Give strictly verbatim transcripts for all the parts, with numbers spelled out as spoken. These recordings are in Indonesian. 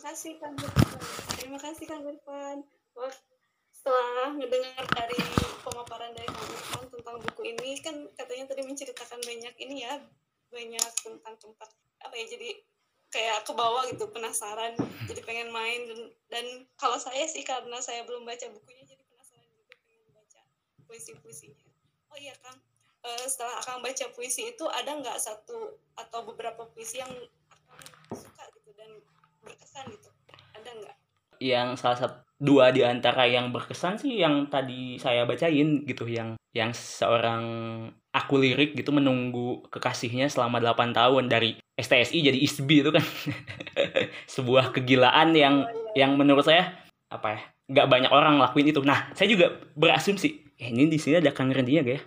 kasih Kang Irfan. Terima kasih Kang Irfan. Wah, setelah mendengar dari pemaparan dari Kang Irfan tentang buku ini, kan katanya tadi menceritakan banyak ini ya, banyak tentang tempat apa ya, jadi kayak ke bawah gitu, penasaran, jadi pengen main. Dan, dan kalau saya sih karena saya belum baca bukunya, jadi penasaran juga pengen baca puisi-puisinya. Oh iya Kang, uh, setelah Akang baca puisi itu ada nggak satu atau beberapa puisi yang Akang suka gitu dan berkesan gitu, ada nggak? Yang salah satu dua di antara yang berkesan sih yang tadi saya bacain gitu, yang yang seorang aku lirik gitu menunggu kekasihnya selama delapan tahun dari S T S I jadi I S B itu kan sebuah kegilaan yang yang menurut saya apa ya, nggak banyak orang lakuin itu. Nah, saya juga berasumsi eh, ini di sini ada Kang Randy ya,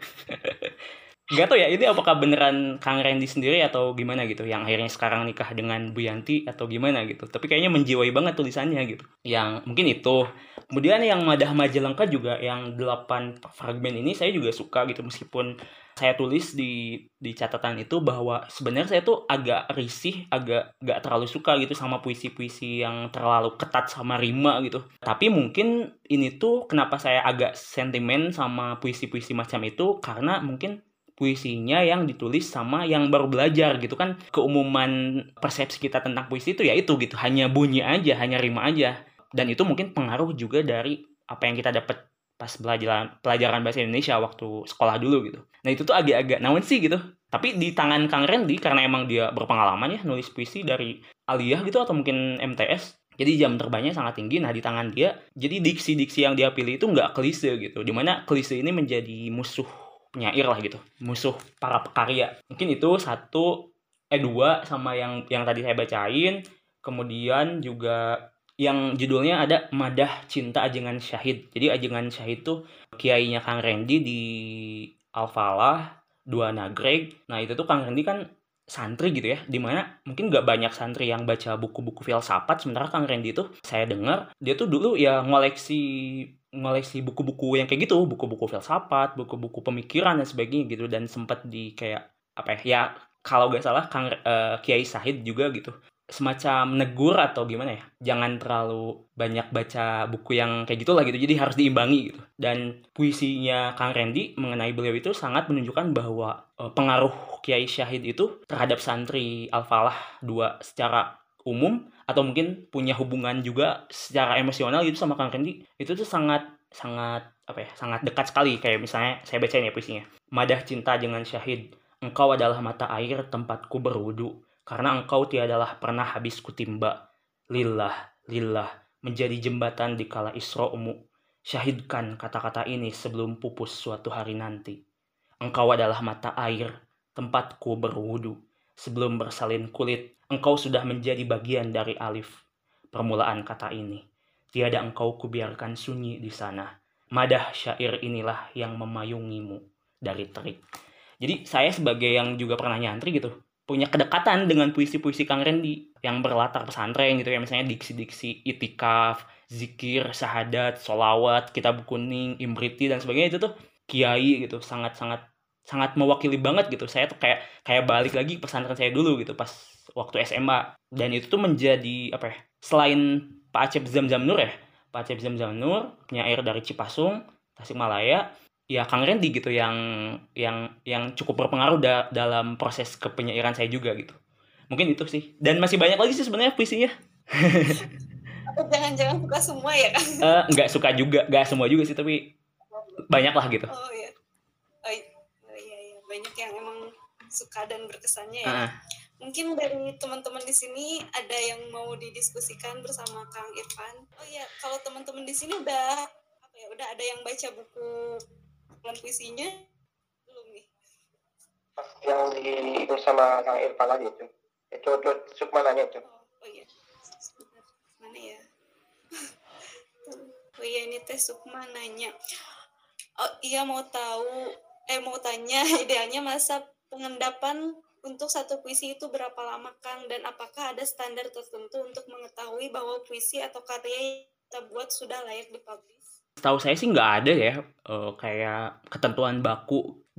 Gak tau ya, ini apakah beneran Kang Randy sendiri atau gimana gitu, yang akhirnya sekarang nikah dengan Bu Yanti atau gimana gitu. Tapi kayaknya menjiwai banget tulisannya gitu. Yang mungkin itu. Kemudian yang Madah Majalengka juga, yang delapan fragmen ini saya juga suka gitu. Meskipun saya tulis di di catatan itu bahwa sebenarnya saya tuh agak risih, agak gak terlalu suka gitu sama puisi-puisi yang terlalu ketat sama rima gitu. Tapi mungkin ini tuh kenapa saya agak sentimen sama puisi-puisi macam itu, karena mungkin puisinya yang ditulis sama yang baru belajar gitu kan. Keumuman persepsi kita tentang puisi itu ya itu gitu, hanya bunyi aja, hanya rima aja. Dan itu mungkin pengaruh juga dari apa yang kita dapat pas pelajaran pelajaran bahasa Indonesia waktu sekolah dulu gitu. Nah itu tuh agak-agak naon sih gitu. Tapi di tangan Kang Randy, karena emang dia berpengalaman ya nulis puisi dari aliyah gitu atau mungkin M T S, jadi jam terbangnya sangat tinggi. Nah di tangan dia, jadi diksi-diksi yang dia pilih itu nggak klise gitu, dimana klise ini menjadi musuh penyair lah gitu, musuh para pekarya. Mungkin itu satu, eh dua sama yang yang tadi saya bacain. Kemudian juga yang judulnya ada Madah Cinta Ajengan Syahid. Jadi Ajengan Syahid tuh kiainya Kang Randy di Al-Falah Dua Nagreg. Nah itu tuh Kang Randy kan santri gitu ya, dimana mungkin gak banyak santri yang baca buku-buku filsafat. Sementara Kang Randy tuh saya dengar dia tuh dulu ya ngoleksi ngoleksi buku-buku yang kayak gitu, buku-buku filsafat, buku-buku pemikiran dan sebagainya gitu. Dan sempat di kayak apa ya, ya kalau gak salah Kang uh, Kiai Sahid juga gitu semacam negur atau gimana ya, jangan terlalu banyak baca buku yang kayak gitulah gitu, jadi harus diimbangi gitu. Dan puisinya Kang Randy mengenai beliau itu sangat menunjukkan bahwa uh, pengaruh Kiai Syahid itu terhadap santri Al-Falah dua secara umum, atau mungkin punya hubungan juga secara emosional gitu sama Kang Randy, itu tuh sangat sangat apa ya, sangat dekat sekali. Kayak misalnya saya bacain ya puisinya. Madah cinta dengan Syahid, engkau adalah mata air tempatku berwudu, karena engkau tiadalah pernah habis kutimba. Lillah, lillah, menjadi jembatan di kala Isra'mu. Syahidkan kata-kata ini sebelum pupus suatu hari nanti. Engkau adalah mata air tempatku berwudu, sebelum bersalin kulit engkau sudah menjadi bagian dari alif. Permulaan kata ini, tiada engkau kubiarkan sunyi di sana. Madah syair inilah yang memayungimu dari terik. Jadi saya sebagai yang juga pernah nyantri gitu, punya kedekatan dengan puisi-puisi Kang Randy yang berlatar pesantren gitu ya. Misalnya diksi-diksi itikaf, zikir, syahadat, solawat, kitab kuning, imriti dan sebagainya, itu tuh kiai gitu, sangat-sangat sangat mewakili banget gitu. Saya tuh kayak kayak balik lagi pesantren saya dulu gitu pas waktu S M A. Dan itu tuh menjadi apa ya, selain Pak Acep Zamzam Nur ya, Pak Acep Zamzam Nur, penyair dari Cipasung, Tasikmalaya, ya Kang Randy gitu yang yang yang cukup berpengaruh da- dalam proses kepenyairan saya juga gitu. Mungkin itu sih. Dan masih banyak lagi sih sebenarnya puisinya. Atau jangan-jangan suka semua ya Kang? Eh, nggak suka juga, nggak semua juga sih, tapi banyak lah gitu. Oh iya. Oh iya, oh, iya, iya. Banyak yang emang suka dan berkesannya ya. Uh-uh. Mungkin dari teman-teman di sini ada yang mau didiskusikan bersama Kang Irfan. Oh iya, kalau teman-teman di sini udah apa ya, udah ada yang baca buku bulan puisinya belum nih? Yang di itu sama Kang Irfan lagi itu. Itu itu Sukmananya itu. Oh, oh iya. Mana ya? Oh iya, ini teh Sukma nanya. Oh iya, mau tahu eh mau tanya idealnya masa pengendapan untuk satu puisi itu berapa lama Kang, dan apakah ada standar tertentu untuk mengetahui bahwa puisi atau karya yang kita buat sudah layak dipublish? Setahu saya sih nggak ada ya uh, kayak ketentuan baku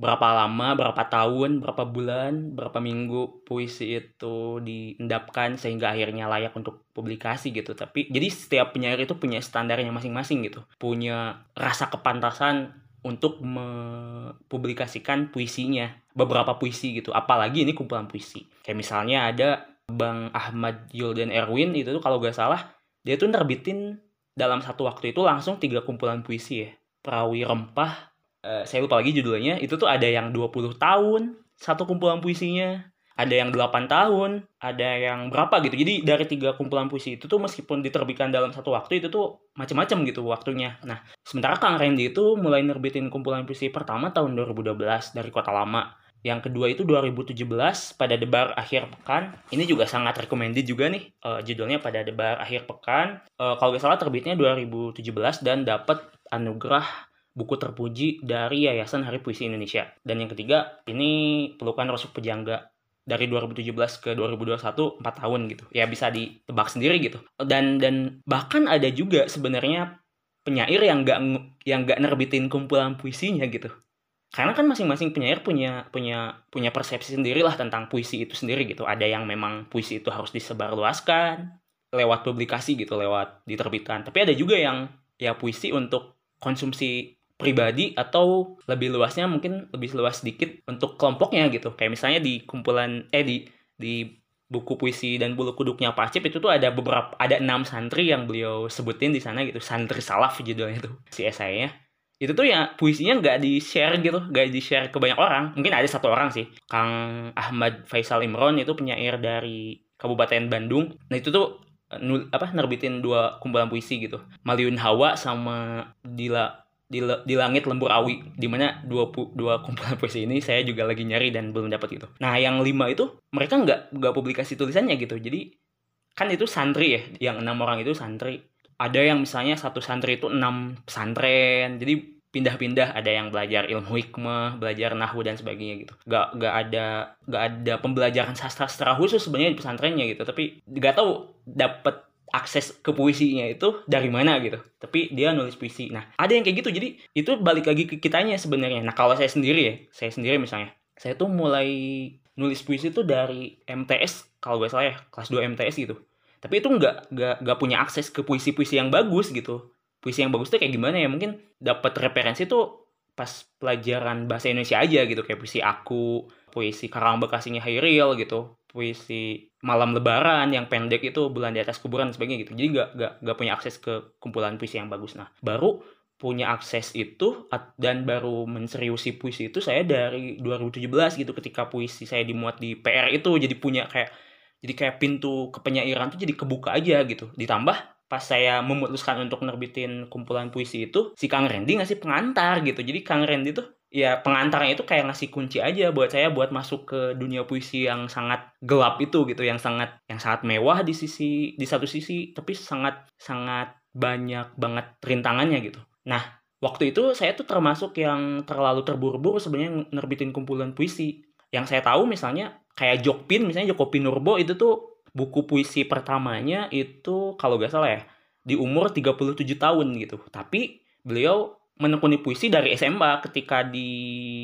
berapa lama, berapa tahun, berapa bulan, berapa minggu puisi itu diendapkan sehingga akhirnya layak untuk publikasi gitu. Tapi jadi setiap penyair itu punya standarnya masing-masing gitu. Punya rasa kepantasan untuk mempublikasikan puisinya. Beberapa puisi gitu. Apalagi ini kumpulan puisi. Kayak misalnya ada Bang Ahmad Yuldan Erwin itu tuh kalau gak salah dia tuh nerbitin dalam satu waktu itu langsung tiga kumpulan puisi ya. Perawi Rempah, Uh, saya lupa lagi judulnya, itu tuh ada yang dua puluh tahun satu kumpulan puisinya, ada yang delapan tahun, ada yang berapa gitu. Jadi dari tiga kumpulan puisi itu tuh meskipun diterbitkan dalam satu waktu itu tuh macam-macam gitu waktunya. Nah, sementara Kang Randy itu mulai nerbitin kumpulan puisi pertama tahun dua ribu dua belas dari Kota Lama. Yang kedua itu dua ribu tujuh belas pada Debar Akhir Pekan. Ini juga sangat recommended juga nih. Uh, judulnya pada Debar Akhir Pekan. Uh, kalau nggak salah terbitnya dua ribu tujuh belas dan dapat anugerah buku terpuji dari Yayasan Hari Puisi Indonesia. Dan yang ketiga, ini Pelukan Rusuk Pejangga dari dua ribu tujuh belas ke dua ribu dua puluh satu, empat tahun gitu. Ya bisa ditebak sendiri gitu. Dan dan bahkan ada juga sebenarnya penyair yang nggak yang nggak nerbitin kumpulan puisinya gitu. Karena kan masing-masing penyair punya punya punya persepsi sendiri lah tentang puisi itu sendiri gitu. Ada yang memang puisi itu harus disebarluaskan lewat publikasi gitu, lewat diterbitkan. Tapi ada juga yang ya puisi untuk konsumsi pribadi atau lebih luasnya mungkin lebih luas sedikit untuk kelompoknya gitu. Kayak misalnya di kumpulan eh di di buku puisi dan bulu kuduknya Pak Acip itu tuh ada beberapa ada enam santri yang beliau sebutin di sana gitu, santri salaf judulnya tuh si esainya. Itu tuh ya puisinya nggak di-share gitu, nggak di-share ke banyak orang. Mungkin ada satu orang sih, Kang Ahmad Faisal Imron, itu penyair dari Kabupaten Bandung. Nah itu tuh nul, apa nerbitin dua kumpulan puisi gitu, Maliun Hawa sama Dila Di, di Langit Lembur Awi, dimana dua, dua kumpulan puisi ini saya juga lagi nyari dan belum dapat gitu. Nah yang lima itu mereka nggak nggak publikasi tulisannya gitu. Jadi kan itu santri ya, yang enam orang itu santri. Ada yang misalnya satu santri itu enam pesantren, jadi pindah-pindah. Ada yang belajar ilmu hikmah, belajar nahwu dan sebagainya gitu. Nggak nggak ada nggak ada pembelajaran sastra secara khusus sebenarnya di pesantrennya gitu. Tapi nggak tahu dapat akses ke puisinya itu dari mana gitu. Tapi dia nulis puisi. Nah, ada yang kayak gitu. Jadi, itu balik lagi ke kitanya sebenarnya. Nah, kalau saya sendiri ya, saya sendiri misalnya, saya tuh mulai nulis puisi tuh dari M T S, kalau gak salah ya, kelas dua M T S gitu. Tapi itu nggak nggak nggak punya akses ke puisi-puisi yang bagus gitu. Puisi yang bagus tuh kayak gimana ya? Mungkin dapat referensi tuh pas pelajaran bahasa Indonesia aja gitu, kayak puisi Aku, puisi Karang Bekasinya Hairil gitu, puisi Malam Lebaran yang pendek itu, Bulan di Atas Kuburan dan sebagainya gitu. Jadi gak, gak, gak punya akses ke kumpulan puisi yang bagus. Nah, baru punya akses itu dan baru menseriusi puisi itu saya dari dua ribu tujuh belas gitu, ketika puisi saya dimuat di P R itu. Jadi punya kayak jadi kayak pintu kepenyairan tuh jadi kebuka aja gitu. Ditambah pas saya memutuskan untuk nerbitin kumpulan puisi itu, si Kang Randy ngasih pengantar gitu. Jadi Kang Randy tuh ya pengantarnya itu kayak ngasih kunci aja buat saya buat masuk ke dunia puisi yang sangat gelap itu gitu, yang sangat yang sangat mewah di sisi di satu sisi, tapi sangat sangat banyak banget rintangannya gitu. Nah, waktu itu saya tuh termasuk yang terlalu terburu-buru sebenarnya nerbitin kumpulan puisi. Yang saya tahu misalnya kayak Jokpin, misalnya Joko Pinurbo itu tuh buku puisi pertamanya itu kalau gak salah ya di umur tiga puluh tujuh tahun gitu. Tapi beliau menekuni puisi dari S M A ketika di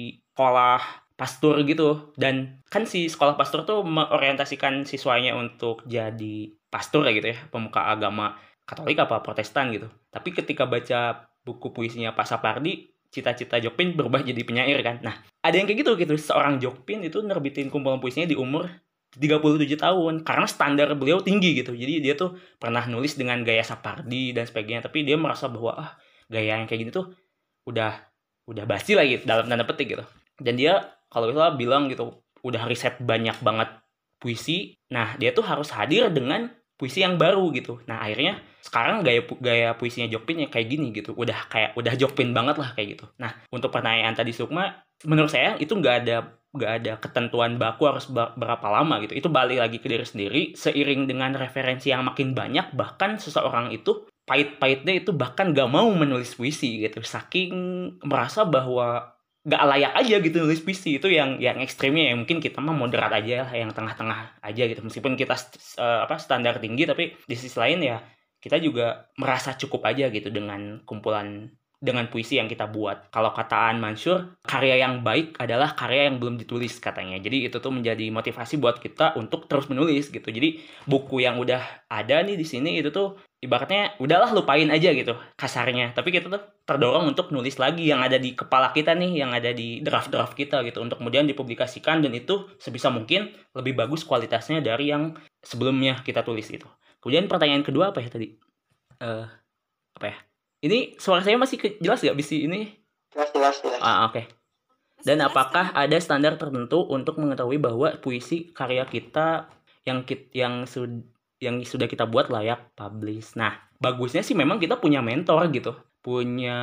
sekolah pastor gitu. Dan kan si sekolah pastor tuh mengorientasikan siswanya untuk jadi pastor gitu ya, pemuka agama Katolik apa Protestan gitu. Tapi ketika baca buku puisinya Pak Sapardi, cita-cita Jokpin berubah jadi penyair kan. Nah, ada yang kayak gitu gitu. Seorang Jokpin itu nerbitin kumpulan puisinya di umur tiga puluh tujuh tahun karena standar beliau tinggi gitu. Jadi dia tuh pernah nulis dengan gaya Sapardi dan sebagainya, tapi dia merasa bahwa ah gaya yang kayak gini tuh udah udah basi lah gitu dalam tanda petik gitu. Dan dia kalau misalnya bilang gitu udah riset banyak banget puisi. Nah, dia tuh harus hadir dengan puisi yang baru gitu. Nah, akhirnya sekarang gaya gaya puisinya Jokpin ya kayak gini gitu. Udah kayak udah Jokpin banget lah kayak gitu. Nah, untuk pertanyaan tadi Sukma, menurut saya itu nggak ada nggak ada ketentuan baku harus berapa lama gitu. Itu balik lagi ke diri sendiri. Seiring dengan referensi yang makin banyak, bahkan seseorang itu pahit-pahitnya itu bahkan gak mau menulis puisi gitu. Saking merasa bahwa gak layak aja gitu nulis puisi. Itu yang yang ekstrimnya ya. Mungkin kita mah moderat aja lah, yang tengah-tengah aja gitu. Meskipun kita uh, apa standar tinggi, tapi di sisi lain ya kita juga merasa cukup aja gitu dengan kumpulan dengan puisi yang kita buat. Kalau kataan Mansur, karya yang baik adalah karya yang belum ditulis katanya. Jadi itu tuh menjadi motivasi buat kita untuk terus menulis gitu. Jadi buku yang udah ada nih di sini itu tuh ibaratnya udahlah lupain aja gitu kasarnya. Tapi kita tuh terdorong untuk nulis lagi yang ada di kepala kita nih, yang ada di draft-draft kita gitu untuk kemudian dipublikasikan, dan itu sebisa mungkin lebih bagus kualitasnya dari yang sebelumnya kita tulis itu. Kemudian pertanyaan kedua apa ya tadi? Uh, apa ya? Ini suara saya masih ke- jelas gak bisi ini? Jelas, jelas, jelas. Ah, oke. Okay. Dan apakah ada standar tertentu untuk mengetahui bahwa puisi karya kita yang kit, yang sud, yang sudah kita buat layak publish? Nah, bagusnya sih memang kita punya mentor gitu. Punya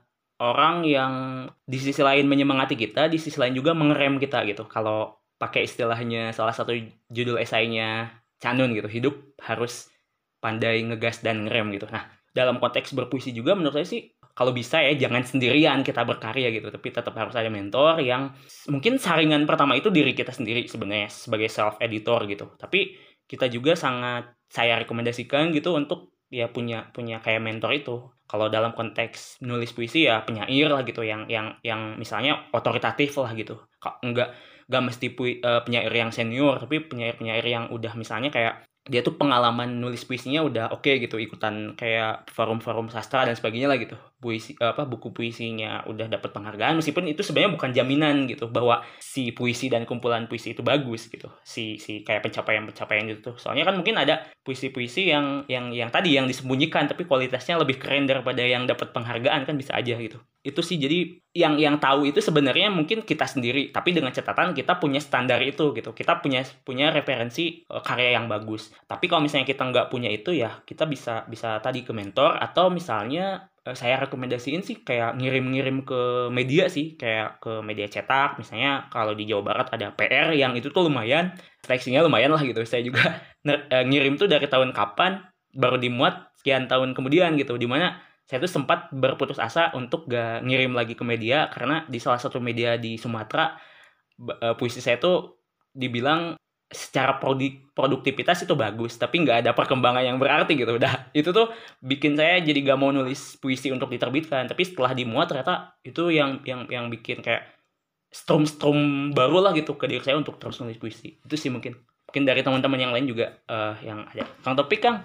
orang yang di sisi lain menyemangati kita, di sisi lain juga mengerem kita gitu. Kalau pakai istilahnya salah satu judul esainya Canun gitu, hidup harus pandai ngegas dan ngerem gitu. Nah, dalam konteks berpuisi juga menurut saya sih kalau bisa ya jangan sendirian kita berkarya gitu, tapi tetap harus ada mentor yang mungkin saringan pertama itu diri kita sendiri sebenarnya sebagai self editor gitu. Tapi kita juga sangat saya rekomendasikan gitu untuk ya punya punya kayak mentor itu. Kalau dalam konteks menulis puisi ya penyair lah gitu yang yang yang misalnya otoritatif lah gitu. Enggak enggak mesti pui, uh, penyair yang senior, tapi penyair-penyair yang udah misalnya kayak dia tuh pengalaman nulis puisinya udah oke okay gitu, ikutan kayak forum-forum sastra dan sebagainya lah gitu, puisi apa buku puisinya udah dapat penghargaan, meskipun itu sebenarnya bukan jaminan gitu bahwa si puisi dan kumpulan puisi itu bagus gitu, si si kayak pencapaian-pencapaian gitu tuh. Soalnya kan mungkin ada puisi-puisi yang yang yang tadi yang disembunyikan tapi kualitasnya lebih keren daripada yang dapat penghargaan, kan bisa aja gitu. Itu sih, jadi yang yang tahu itu sebenarnya mungkin kita sendiri, tapi dengan catatan kita punya standar itu gitu, kita punya punya referensi uh, karya yang bagus. Tapi kalau misalnya kita nggak punya itu ya kita bisa bisa tadi ke mentor, atau misalnya uh, saya rekomendasiin sih kayak ngirim-ngirim ke media sih, kayak ke media cetak misalnya. Kalau di Jawa Barat ada P R yang itu tuh lumayan, seleksinya lumayan lah gitu. Saya juga uh, ngirim tuh dari tahun kapan baru dimuat sekian tahun kemudian gitu, dimana saya tuh sempat berputus asa untuk gak ngirim lagi ke media karena di salah satu media di Sumatera uh, puisi saya tuh dibilang secara prodik, produktivitas itu bagus tapi nggak ada perkembangan yang berarti gitu. Udah itu tuh bikin saya jadi gak mau nulis puisi untuk diterbitkan. Tapi setelah dimuat ternyata itu yang yang yang bikin kayak strum-strum baru lah gitu ke diri saya untuk terus nulis puisi. Itu sih mungkin mungkin dari teman-teman yang lain juga uh, yang ada. Kang Topik, Kang.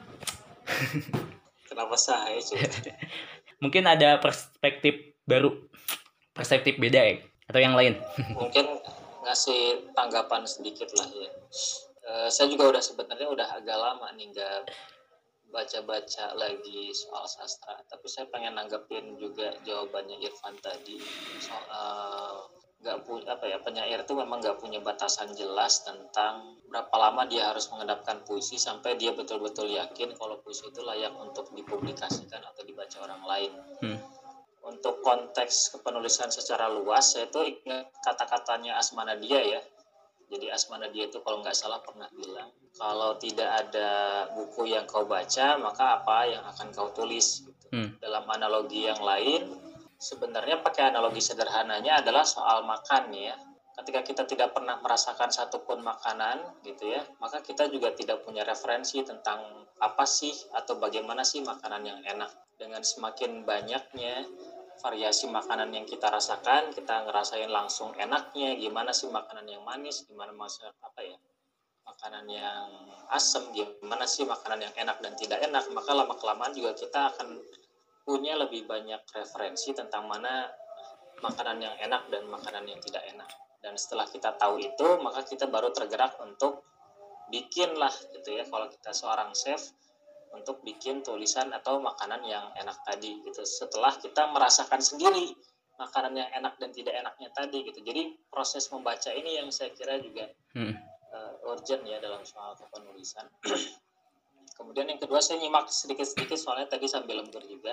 Kenapa saya sih? Mungkin ada perspektif baru, perspektif beda ya, atau yang lain. Mungkin ngasih tanggapan sedikit lah ya. E, saya juga udah sebenarnya udah agak lama nih nggak baca-baca lagi soal sastra, tapi saya pengen nanggepin juga jawabannya Irfan tadi soal nggak punya apa ya, penyair itu memang nggak punya batasan jelas tentang berapa lama dia harus menghadapkan puisi sampai dia betul-betul yakin kalau puisi itu layak untuk dipublikasikan atau dibaca orang lain. Hmm. Untuk konteks kepenulisan secara luas, saya tuh ingat kata-katanya Asmanadia ya. Jadi Asmanadia itu kalau nggak salah pernah bilang, kalau tidak ada buku yang kau baca, maka apa yang akan kau tulis? Gitu. Hmm. Dalam analogi yang lain, sebenarnya pakai analogi sederhananya adalah soal makan ya. Ketika kita tidak pernah merasakan satupun makanan gitu ya, maka kita juga tidak punya referensi tentang apa sih atau bagaimana sih makanan yang enak. Dengan semakin banyaknya variasi makanan yang kita rasakan, kita ngerasain langsung enaknya, gimana sih makanan yang manis, gimana masak apa ya, makanan yang asam, gimana sih makanan yang enak dan tidak enak, maka lama-kelamaan juga kita akan punya lebih banyak referensi tentang mana makanan yang enak dan makanan yang tidak enak. Dan setelah kita tahu itu, maka kita baru tergerak untuk bikin lah gitu ya, kalau kita seorang chef, untuk bikin tulisan atau makanan yang enak tadi gitu. Setelah kita merasakan sendiri makanan yang enak dan tidak enaknya tadi gitu. Jadi proses membaca ini yang saya kira juga hmm. uh, urgent ya dalam soal kepenulisan. Kemudian yang kedua, saya nyimak sedikit-sedikit soalnya tadi sambil lembur juga.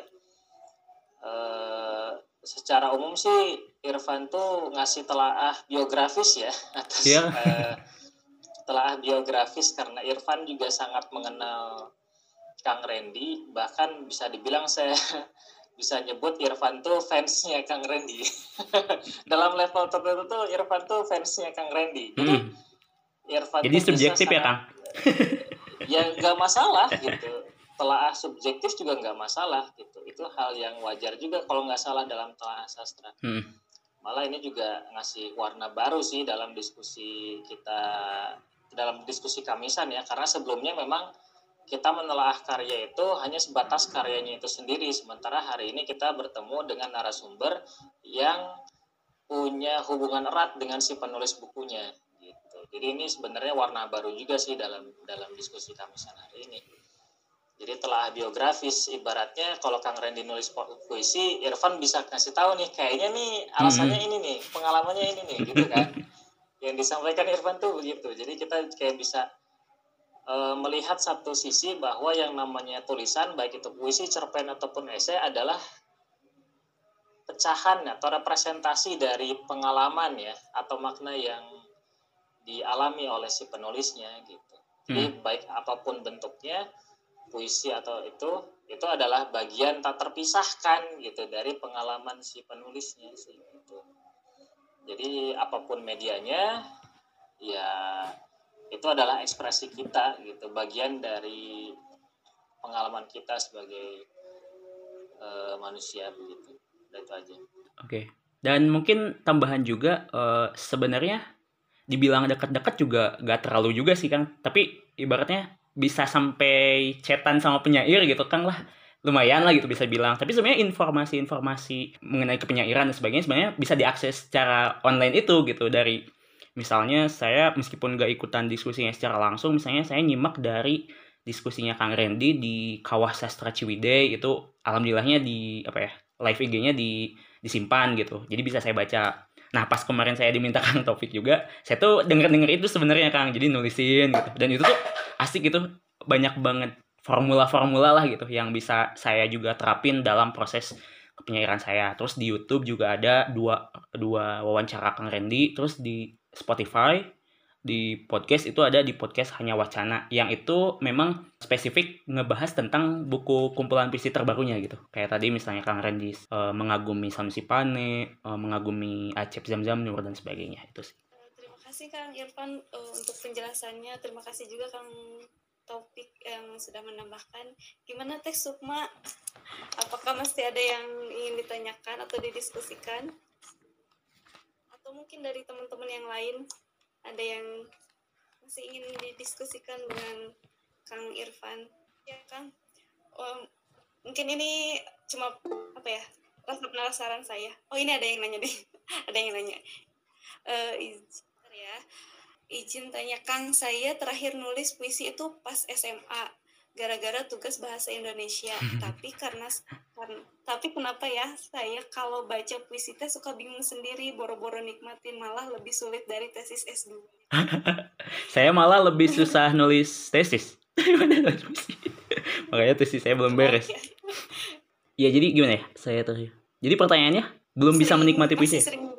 Uh, secara umum sih Irfan tuh ngasih telaah biografis ya atas yeah. uh, telaah biografis, karena Irfan juga sangat mengenal Kang Randy, bahkan bisa dibilang saya bisa nyebut Irfan tuh fansnya Kang Randy. Dalam level tertentu tuh Irfan tuh fansnya Kang Randy. Jadi hmm. Irfan jadi subjektif ya Kang? Ya nggak masalah gitu. telaah subjektif juga nggak masalah gitu. Itu hal yang wajar juga kalau nggak salah dalam telaah sastra. Hmm. Malah ini juga ngasih warna baru sih dalam diskusi kita, dalam diskusi Kamisan ya, karena sebelumnya memang kita menelaah karya itu hanya sebatas karyanya itu sendiri, sementara hari ini kita bertemu dengan narasumber yang punya hubungan erat dengan si penulis bukunya gitu. Jadi ini sebenarnya warna baru juga sih dalam dalam diskusi Kamisan hari ini. Jadi telah biografis, ibaratnya kalau Kang Randy nulis puisi, Irfan bisa kasih tahu nih, kayaknya nih alasannya ini nih, pengalamannya ini nih, gitu kan. Yang disampaikan Irfan tuh begitu. Jadi kita kayak bisa uh, melihat satu sisi bahwa yang namanya tulisan, baik itu puisi, cerpen ataupun esai adalah pecahan atau representasi dari pengalaman ya, atau makna yang dialami oleh si penulisnya gitu. Jadi hmm. baik apapun bentuknya, puisi atau itu itu adalah bagian tak terpisahkan gitu dari pengalaman si penulisnya sih gitu. Jadi apapun medianya ya itu adalah ekspresi kita gitu, bagian dari pengalaman kita sebagai uh, manusia begitu. Dan itu aja. Oke. Dan mungkin tambahan juga uh, sebenarnya dibilang dekat-dekat juga gak terlalu juga sih Kang. Tapi ibaratnya bisa sampai chatan sama penyair gitu Kang lah, lumayan lah gitu bisa bilang. Tapi sebenarnya informasi-informasi mengenai kepenyairan dan sebagainya sebenarnya bisa diakses secara online itu gitu. Dari misalnya saya meskipun gak ikutan diskusinya secara langsung, misalnya saya nyimak dari diskusinya Kang Randy di Kawah Sastra Ciwidey, itu alhamdulillahnya di apa ya live I G-nya di disimpan gitu, jadi bisa saya baca. Nah pas kemarin saya diminta Kang Taufik juga, saya tuh denger-denger itu sebenarnya Kang, jadi nulisin gitu. Dan itu tuh asik gitu, banyak banget formula-formula lah gitu yang bisa saya juga terapin dalam proses kepenyairan saya. Terus di YouTube juga ada dua dua wawancara Kang Randy, terus di Spotify, di podcast itu ada di podcast Hanya Wacana, yang itu memang spesifik ngebahas tentang buku kumpulan puisi terbarunya gitu. Kayak tadi misalnya Kang Randy e, mengagumi Samsi Pane, e, mengagumi Acep Zamzam Nur dan sebagainya itu sih. Terima kasih Kang Irfan uh, untuk penjelasannya. Terima kasih juga Kang Taufik yang sudah menambahkan. Gimana Teh Sukma? Apakah masih ada yang ingin ditanyakan atau didiskusikan? Atau mungkin dari teman-teman yang lain ada yang masih ingin didiskusikan dengan Kang Irfan? Ya Kang, oh, mungkin ini cuma apa ya, rasa penasaran saya. Oh ini ada yang nanya deh, ada yang nanya. Uh, izin ya, izin tanya Kang, saya terakhir nulis puisi itu pas S M A, gara-gara tugas bahasa Indonesia. tapi karena, karena tapi kenapa ya saya kalau baca puisi teh suka bingung sendiri, boro-boro nikmatin, malah lebih sulit dari tesis S dua. Saya malah lebih susah nulis tesis daripada nulis puisi. Makanya tesis saya belum beres. Oh, ya. Ya jadi gimana ya saya tuh. Jadi pertanyaannya belum sering, bisa menikmati puisi.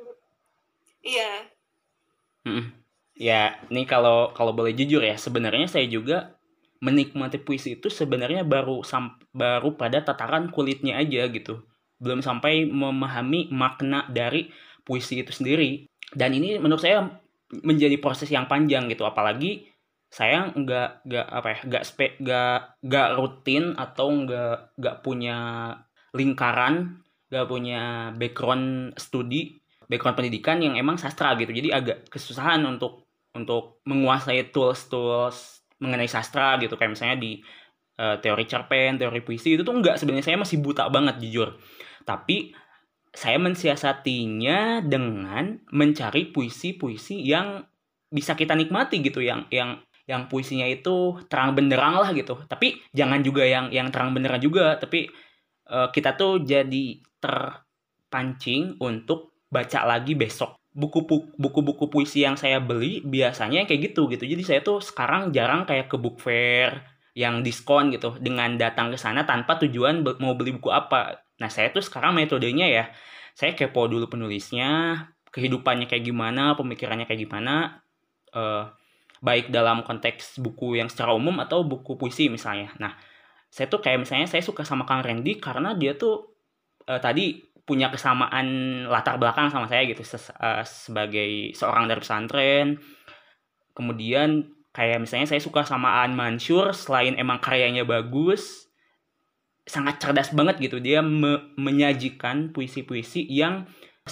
Iya. Hmm. Ya, ini kalau kalau boleh jujur ya, sebenarnya saya juga menikmati puisi itu sebenarnya baru sam, baru pada tataran kulitnya aja gitu. Belum sampai memahami makna dari puisi itu sendiri. Dan ini menurut saya menjadi proses yang panjang gitu, apalagi saya nggak nggak apa ya nggak spe nggak nggak rutin atau nggak nggak punya lingkaran, nggak punya background studi, background pendidikan yang emang sastra gitu. Jadi agak kesusahan untuk untuk menguasai tools-tools mengenai sastra gitu, kayak misalnya di uh, teori cerpen, teori puisi itu tuh enggak, sebenarnya saya masih buta banget jujur. Tapi saya mensiasatinya dengan mencari puisi-puisi yang bisa kita nikmati gitu, yang yang yang puisinya itu terang benderang lah gitu. Tapi jangan juga yang yang terang benderang juga, tapi uh, kita tuh jadi terpancing untuk baca lagi besok. Buku-buku puisi yang saya beli biasanya kayak gitu gitu. Jadi saya tuh sekarang jarang kayak ke book fair yang diskon gitu dengan datang ke sana tanpa tujuan mau beli buku apa. Nah, saya tuh sekarang metodenya ya, saya kepo dulu penulisnya, kehidupannya kayak gimana, pemikirannya kayak gimana, uh, baik dalam konteks buku yang secara umum atau buku puisi misalnya. Nah, saya tuh kayak misalnya saya suka sama Kang Randy karena dia tuh uh, tadi punya kesamaan latar belakang sama saya gitu, ses, uh, sebagai seorang dari pesantren, kemudian kayak misalnya saya suka sama Aan Mansur, selain emang karyanya bagus, sangat cerdas banget gitu. Dia me- menyajikan puisi-puisi yang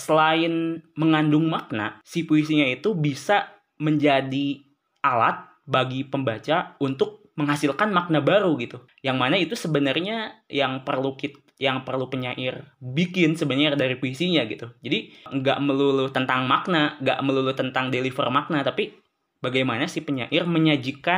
selain mengandung makna, si puisinya itu bisa menjadi alat bagi pembaca untuk menghasilkan makna baru gitu. Yang mana itu sebenarnya yang perlu kita, yang perlu penyair bikin sebenarnya dari puisinya gitu. Jadi nggak melulu tentang makna, nggak melulu tentang deliver makna, tapi bagaimana si penyair menyajikan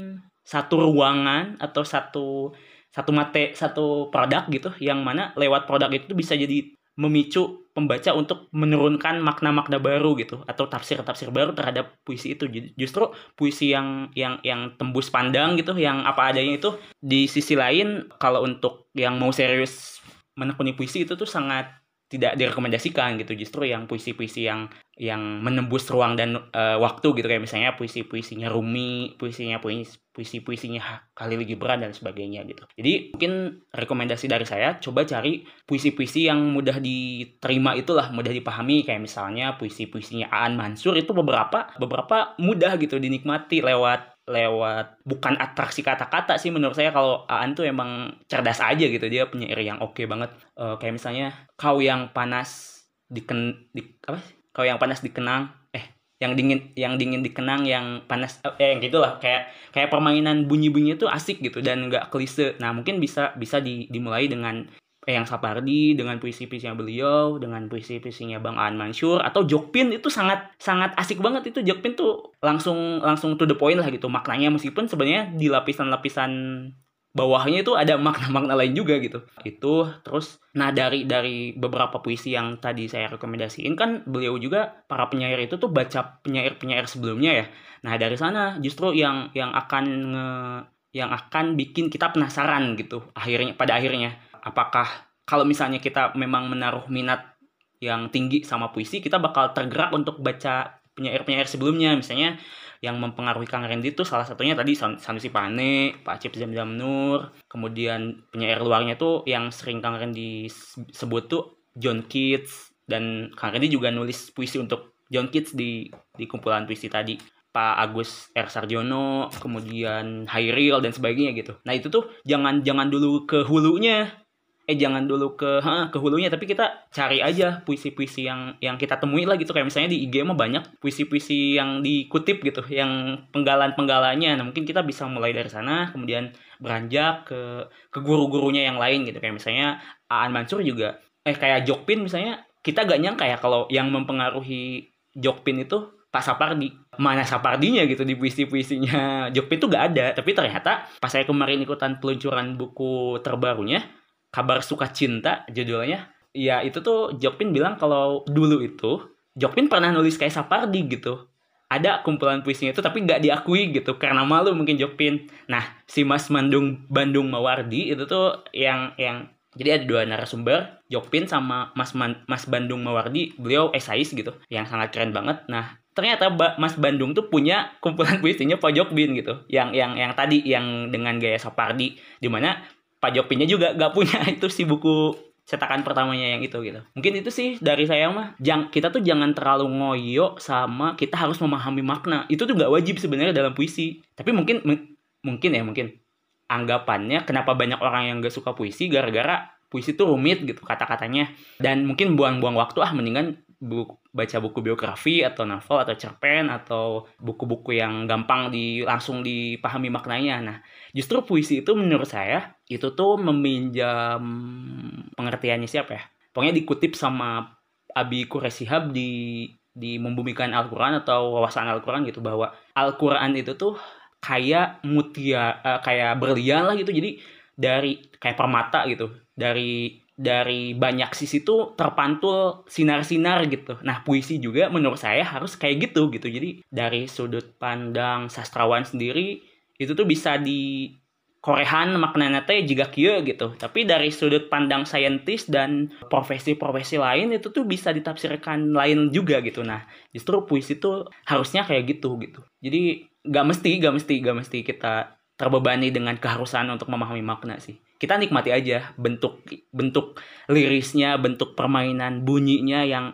satu ruangan atau satu satu mate satu produk gitu, yang mana lewat produk itu bisa jadi memicu pembaca untuk menurunkan makna-makna baru gitu, atau tafsir-tafsir baru terhadap puisi itu. Jadi justru puisi yang yang yang tembus pandang gitu, yang apa adanya itu, di sisi lain kalau untuk yang mau serius menekuni puisi itu tuh sangat tidak direkomendasikan gitu. Justru yang puisi-puisi yang yang menembus ruang dan uh, waktu gitu, kayak misalnya puisi-puisinya Rumi, puisinya puisi puisi-puisinya Khalil Gibran dan sebagainya gitu. Jadi mungkin rekomendasi dari saya, coba cari puisi-puisi yang mudah diterima itulah, mudah dipahami, kayak misalnya puisi-puisinya Aan Mansur itu beberapa beberapa mudah gitu dinikmati lewat lewat bukan atraksi kata-kata sih menurut saya. Kalau Aan tuh emang cerdas aja gitu, dia penyair yang oke okay banget. Uh, kayak misalnya kau yang panas diken di apa sih? Kau yang panas dikenang, eh yang dingin yang dingin dikenang, yang panas eh yang gitulah, kayak kayak permainan bunyi-bunyi itu asik gitu dan nggak klise. Nah mungkin bisa bisa di, dimulai dengan Eyang Sapardi, dengan puisi-puisinya beliau, dengan puisi-puisinya Bang Aan Mansur, atau Jokpin. Itu sangat sangat asik banget itu. Jokpin tuh langsung langsung to the point lah gitu maknanya, meskipun sebenarnya di lapisan-lapisan bawahnya itu ada makna-makna lain juga gitu. Itu terus nah dari dari beberapa puisi yang tadi saya rekomendasiin, kan beliau juga para penyair itu tuh baca penyair-penyair sebelumnya ya. Nah dari sana justru yang yang akan nge, yang akan bikin kita penasaran gitu akhirnya, pada akhirnya. Apakah kalau misalnya kita memang menaruh minat yang tinggi sama puisi, kita bakal tergerak untuk baca penyair-penyair sebelumnya. Misalnya yang mempengaruhi Kang Randy itu salah satunya tadi Sanusi Pane, Pak Acip Zamzam Nur. Kemudian penyair luarnya tuh yang sering Kang Randy sebut tuh John Keats. Dan Kang Randy juga nulis puisi untuk John Keats di, di kumpulan puisi tadi. Pak Agus R. Sarjono, kemudian Hairil dan sebagainya gitu. Nah itu tuh jangan jangan dulu ke hulunya. eh jangan dulu ke ha, ke hulunya, tapi kita cari aja puisi-puisi yang yang kita temui lah gitu. Kayak misalnya di I G mah banyak puisi-puisi yang dikutip gitu, yang penggalan-penggalannya. Nah mungkin kita bisa mulai dari sana, kemudian beranjak ke ke guru-gurunya yang lain gitu. Kayak misalnya Aan Mansur juga, eh kayak Jokpin misalnya, kita gak nyangka ya kalau yang mempengaruhi Jokpin itu Pak Sapardi. Mana Sapardinya gitu di puisi-puisinya Jokpin tuh gak ada. Tapi ternyata pas saya kemarin ikutan peluncuran buku terbarunya, Kabar Suka Cinta judulnya, ya itu tuh Jokpin bilang kalau dulu itu Jokpin pernah nulis kayak Sapardi gitu. Ada kumpulan puisinya itu tapi nggak diakui gitu karena malu mungkin Jokpin. Nah si Mas Bandung Bandung Mawardi itu tuh yang yang jadi ada dua narasumber, Jokpin sama Mas Man, Mas Bandung Mawardi. Beliau esais gitu yang sangat keren banget. Nah ternyata Mas Bandung tuh punya kumpulan puisinya Pak Jokpin gitu, yang yang yang tadi yang dengan gaya Sapardi, dimana Pak Jokpinnya juga gak punya itu si buku cetakan pertamanya yang itu gitu. Mungkin itu sih dari saya mah. Jang, kita tuh jangan terlalu ngoyo sama kita harus memahami makna. Itu tuh gak wajib sebenarnya dalam puisi. Tapi mungkin m- mungkin ya mungkin anggapannya kenapa banyak orang yang gak suka puisi gara-gara puisi tuh rumit gitu kata-katanya. Dan mungkin buang-buang waktu, ah mendingan buku, baca buku biografi atau novel atau cerpen atau buku-buku yang gampang di langsung dipahami maknanya. Nah, justru puisi itu menurut saya itu tuh meminjam pengertiannya siapa ya? Pokoknya dikutip sama Abi Quraisyihab di di Membumikan Al-Qur'an atau Wawasan Al-Qur'an gitu, bahwa Al-Qur'an itu tuh kayak mutia uh, kayak berlian lah gitu. Jadi dari kayak permata gitu. Dari dari banyak sisi tuh terpantul sinar-sinar gitu. Nah, puisi juga menurut saya harus kayak gitu gitu. Jadi dari sudut pandang sastrawan sendiri itu tuh bisa di korehan maknanya teh juga kieu gitu. Tapi dari sudut pandang saintis dan profesi-profesi lain itu tuh bisa ditafsirkan lain juga gitu. Nah, justru puisi tuh harusnya kayak gitu gitu. Jadi gak mesti, gak mesti, gak mesti kita terbebani dengan keharusan untuk memahami makna sih. Kita nikmati aja bentuk bentuk lirisnya, bentuk permainan bunyinya yang yang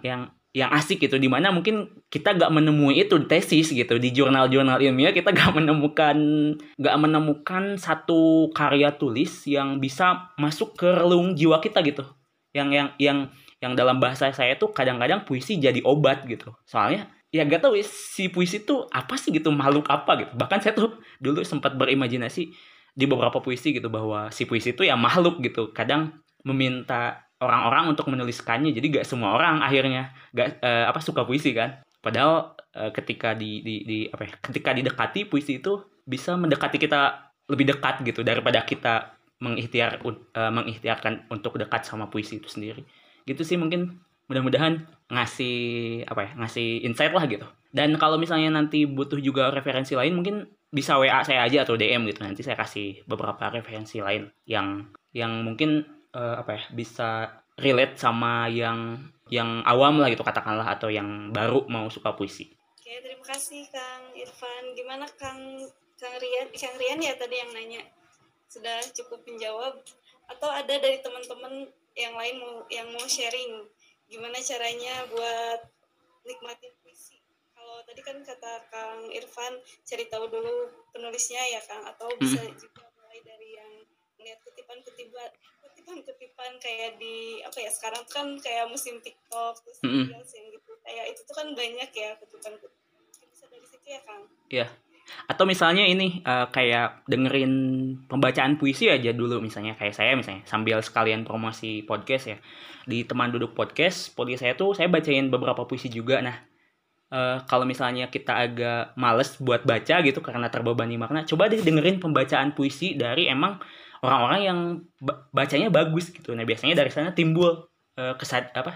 yang asik gitu, dimana mungkin kita gak menemui itu di tesis gitu, di jurnal-jurnal ilmiah kita gak menemukan gak menemukan satu karya tulis yang bisa masuk ke relung jiwa kita gitu, yang yang yang yang dalam bahasa saya tuh kadang-kadang puisi jadi obat gitu. Soalnya ya gak tahu si puisi tuh apa sih gitu, makhluk apa gitu. Bahkan saya tuh dulu sempat berimajinasi di beberapa puisi gitu bahwa si puisi itu ya makhluk gitu, kadang meminta orang-orang untuk menuliskannya. Jadi gak semua orang akhirnya gak eh, apa suka puisi kan. Padahal eh, ketika di, di di apa ya, ketika didekati, puisi itu bisa mendekati kita lebih dekat gitu daripada kita mengikhtiar uh, mengikhtiarkan untuk dekat sama puisi itu sendiri. Gitu sih, mungkin mudah-mudahan ngasih apa ya, ngasih insight lah gitu. Dan kalau misalnya nanti butuh juga referensi lain, mungkin bisa W A saya aja atau D M gitu. Nanti saya kasih beberapa referensi lain yang yang mungkin uh, apa ya, bisa relate sama yang yang awam lah gitu katakanlah, atau yang baru mau suka puisi. Oke, terima kasih Kang Irfan. Gimana Kang Kang Rian, Kang Rian ya tadi yang nanya, sudah cukup menjawab atau ada dari teman-teman yang lain mau yang mau sharing gimana caranya buat nikmatin puisi? Kalau tadi kan kata Kang Irfan cari tahu dulu penulisnya ya Kang, atau bisa hmm. juga mulai dari yang melihat kutipan-kutipan kutipan-kutipan kayak di apa ya, sekarang kan kayak musim TikTok terus hmm. yang gitu, kayak itu tuh kan banyak ya kutipan-kutipan, bisa dari situ ya Kang? Iya. Atau misalnya ini uh, kayak dengerin pembacaan puisi aja dulu, misalnya kayak saya misalnya sambil sekalian promosi podcast ya, di Teman Duduk Podcast podcast saya tuh saya bacain beberapa puisi juga. Nah uh, kalau misalnya kita agak males buat baca gitu karena terbebani makna, coba deh dengerin pembacaan puisi dari emang orang-orang yang b- bacanya bagus gitu. Nah biasanya dari sana timbul uh, kesad apa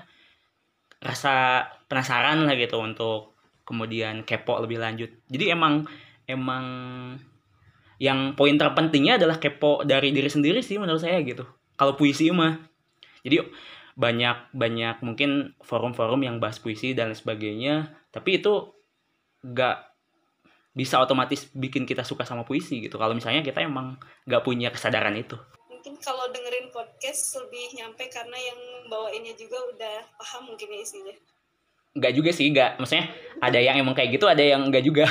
rasa penasaran lah gitu untuk kemudian kepo lebih lanjut. Jadi emang emang yang poin terpentingnya adalah kepo dari diri sendiri sih menurut saya gitu. Kalau puisi mah, jadi banyak banyak mungkin forum-forum yang bahas puisi dan sebagainya, tapi itu nggak bisa otomatis bikin kita suka sama puisi gitu. Kalau misalnya kita emang nggak punya kesadaran itu. Mungkin kalau dengerin podcast lebih nyampe karena yang bawainnya juga udah paham mungkin ya isinya. Nggak juga sih, nggak. Maksudnya ada yang emang kayak gitu, ada yang nggak juga.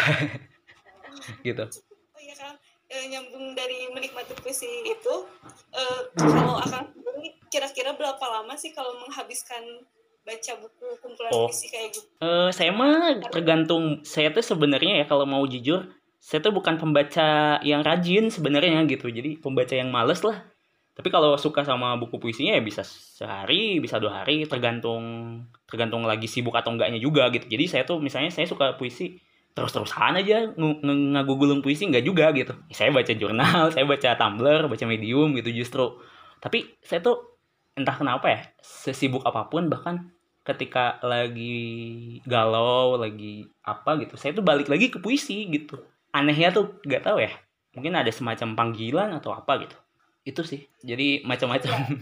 Gitu. Oh iya Kang, e, nyambung dari menikmati puisi itu, e, kalau akan kira-kira berapa lama sih kalau menghabiskan baca buku kumpulan oh. puisi kayak gitu? E, saya mah tergantung. Saya tuh sebenarnya ya kalau mau jujur, saya tuh bukan pembaca yang rajin sebenarnya gitu. Jadi pembaca yang males lah. Tapi kalau suka sama buku puisinya ya bisa sehari, bisa dua hari, tergantung tergantung lagi sibuk atau enggaknya juga gitu. Jadi saya tuh misalnya saya suka puisi terus-terusan aja ng- ng- ngagugulung puisi enggak juga gitu. Saya baca jurnal, saya baca Tumblr, baca Medium gitu justru. Tapi saya tuh entah kenapa ya, sesibuk apapun, bahkan ketika lagi galau, lagi apa gitu, saya tuh balik lagi ke puisi gitu. Anehnya tuh enggak tahu ya. Mungkin ada semacam panggilan atau apa gitu. Itu sih. Jadi macam-macam.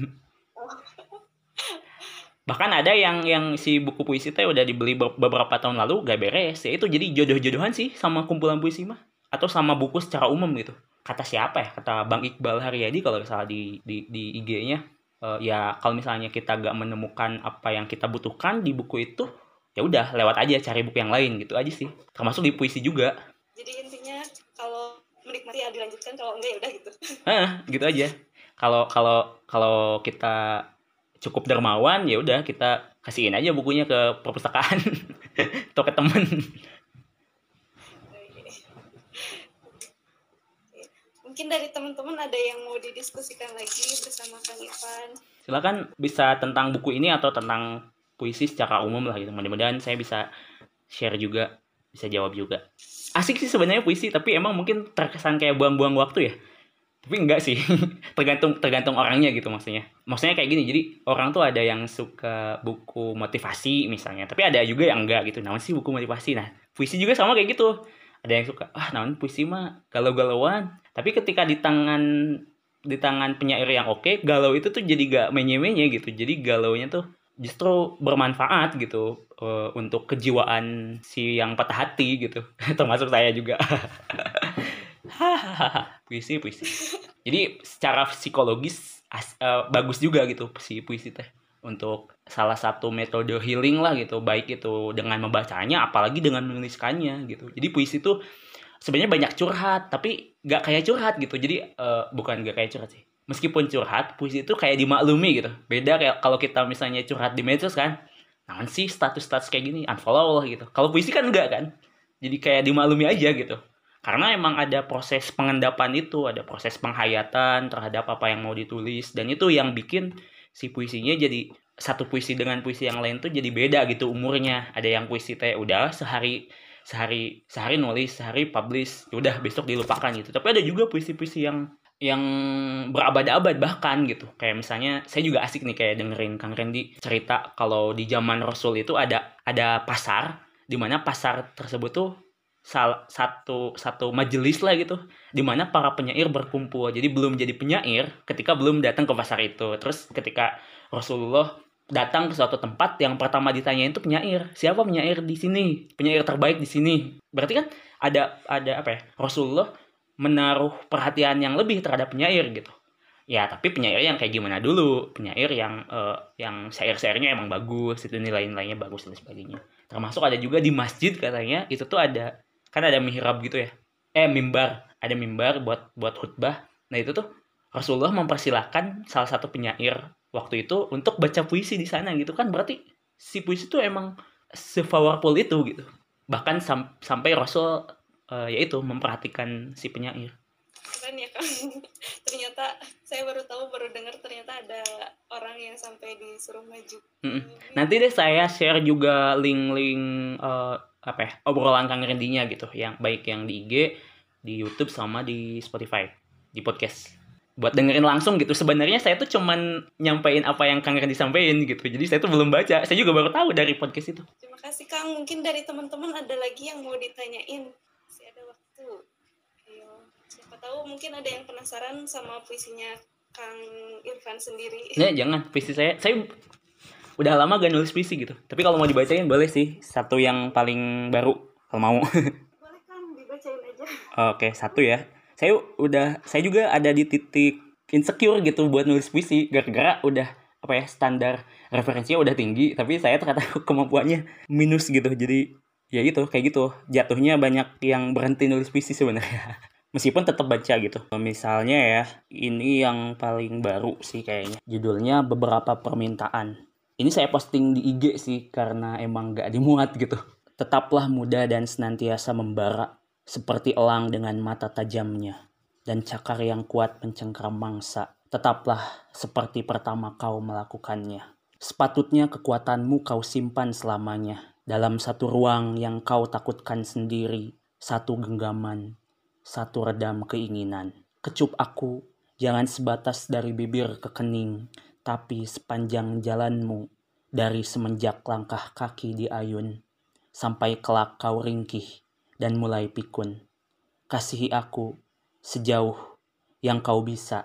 Bahkan ada yang yang si buku puisi teh udah dibeli beberapa tahun lalu gak beres. Ya itu jadi jodoh-jodohan sih sama kumpulan puisi mah, atau sama buku secara umum gitu. Kata siapa ya? Kata Bang Iqbal Haryadi kalau salah di di di I G-nya. Uh, ya kalau misalnya kita gak menemukan apa yang kita butuhkan di buku itu, ya udah lewat aja cari buku yang lain gitu aja sih. Termasuk di puisi juga. Jadi intinya kalau menikmati ya dilanjutkan, kalau enggak ya udah gitu. Hah, gitu aja. Kalau kalau kalau kita cukup dermawan, ya udah kita kasihin aja bukunya ke perpustakaan atau ke temen. Mungkin dari teman-teman ada yang mau didiskusikan lagi bersama Kang Irfan. Silakan, bisa tentang buku ini atau tentang puisi secara umum lah gitu. Mudah-mudahan saya bisa share juga, bisa jawab juga. Asik sih sebenarnya puisi, tapi emang mungkin terkesan kayak buang-buang waktu ya. Tapi enggak sih, tergantung tergantung orangnya gitu maksudnya. Maksudnya kayak gini, jadi orang tuh ada yang suka buku motivasi misalnya, tapi ada juga yang enggak gitu. Namun sih buku motivasi. Nah, puisi juga sama kayak gitu. Ada yang suka, ah namun puisi mah galau-galauan. Tapi ketika di tangan di tangan penyair yang oke, galau itu tuh jadi gak menye-menye gitu. Jadi galaunya tuh justru bermanfaat gitu uh, untuk kejiwaan si yang patah hati gitu. Termasuk saya juga. puisi puisi jadi secara psikologis as, uh, bagus juga gitu si puisi teh. untuk salah satu metode healing lah gitu, baik itu dengan membacanya apalagi dengan menuliskannya gitu. Jadi puisi itu sebenarnya banyak curhat tapi nggak kayak curhat gitu. Jadi uh, bukan nggak kayak curhat sih, meskipun curhat puisi itu kayak dimaklumi gitu. Beda kayak kalau kita misalnya curhat di medsos kan, namun sih status-status kayak gini unfollow lah gitu. Kalau puisi kan enggak kan, jadi kayak dimaklumi aja gitu. Karena emang ada proses pengendapan itu, ada proses penghayatan terhadap apa yang mau ditulis, dan itu yang bikin si puisinya jadi satu puisi dengan puisi yang lain tuh jadi beda gitu umurnya. Ada yang puisi teh udah sehari sehari sehari nulis, sehari publish, udah besok dilupakan gitu. Tapi ada juga puisi-puisi yang yang berabad-abad bahkan gitu. Kayak misalnya saya juga asik nih kayak dengerin Kang Randy cerita kalau di zaman Rasul itu ada ada pasar, di mana pasar tersebut tuh salah satu satu majelis lah gitu, di mana para penyair berkumpul. Jadi belum jadi penyair ketika belum datang ke pasar itu. Terus ketika Rasulullah datang ke suatu tempat, yang pertama ditanyain itu penyair. Siapa penyair di sini? Penyair terbaik di sini. Berarti kan ada ada apa ya? Rasulullah menaruh perhatian yang lebih terhadap penyair gitu. Ya, tapi penyair yang kayak gimana dulu? Penyair yang uh, yang syair-syairnya emang bagus, itu nilai-nilainya bagus dan sebagainya. Termasuk ada juga di masjid katanya, itu tuh ada kan ada mihrab gitu ya. Eh, mimbar. Ada mimbar buat buat khutbah. Nah, itu tuh Rasulullah mempersilahkan salah satu penyair waktu itu untuk baca puisi di sana gitu kan. Berarti si puisi tuh emang se-powerful itu gitu. Bahkan sam- sampai Rasul uh, yaitu memperhatikan si penyair. Keren ya Kang. Ternyata saya baru tahu, baru dengar ternyata ada orang yang sampai disuruh maju. Mm-mm. Nanti deh saya share juga link-link uh, apa ya, obrolan Kang Randy-nya gitu, yang baik yang di I G, di YouTube sama di Spotify, di podcast. Buat dengerin langsung gitu. Sebenarnya saya tuh cuman nyampein apa yang Kang Randy sampein gitu. Jadi saya tuh belum baca. Saya juga baru tahu dari podcast itu. Terima kasih Kang. Mungkin dari teman-teman ada lagi yang mau ditanyain. Masih ada waktu. Ayo. Siapa tahu mungkin ada yang penasaran sama puisinya Kang Irfan sendiri. Ya, jangan. Puisi saya, saya udah lama gak nulis puisi gitu. Tapi kalau mau dibacain boleh sih. Satu yang paling baru kalau mau. Boleh Kang, dibacain aja. Oke, satu ya. Saya udah, saya juga ada di titik insecure gitu buat nulis puisi. Gara-gara udah apa ya, standar referensinya udah tinggi, tapi saya ternyata kemampuannya minus gitu. Jadi ya gitu, kayak gitu. Jatuhnya banyak yang berhenti nulis puisi sebenarnya. Meskipun tetap baca gitu. Misalnya ya, ini yang paling baru sih kayaknya. Judulnya Beberapa Permintaan. Ini saya posting di I G sih karena emang gak dimuat gitu. Tetaplah muda dan senantiasa membara, seperti elang dengan mata tajamnya, dan cakar yang kuat mencengkram mangsa. Tetaplah seperti pertama kau melakukannya. Sepatutnya kekuatanmu kau simpan selamanya, dalam satu ruang yang kau takutkan sendiri, satu genggaman, satu redam keinginan. Kecup aku, jangan sebatas dari bibir ke kening, tapi sepanjang jalanmu, dari semenjak langkah kaki di ayun, sampai kelak kau ringkih dan mulai pikun. Kasihi aku sejauh yang kau bisa,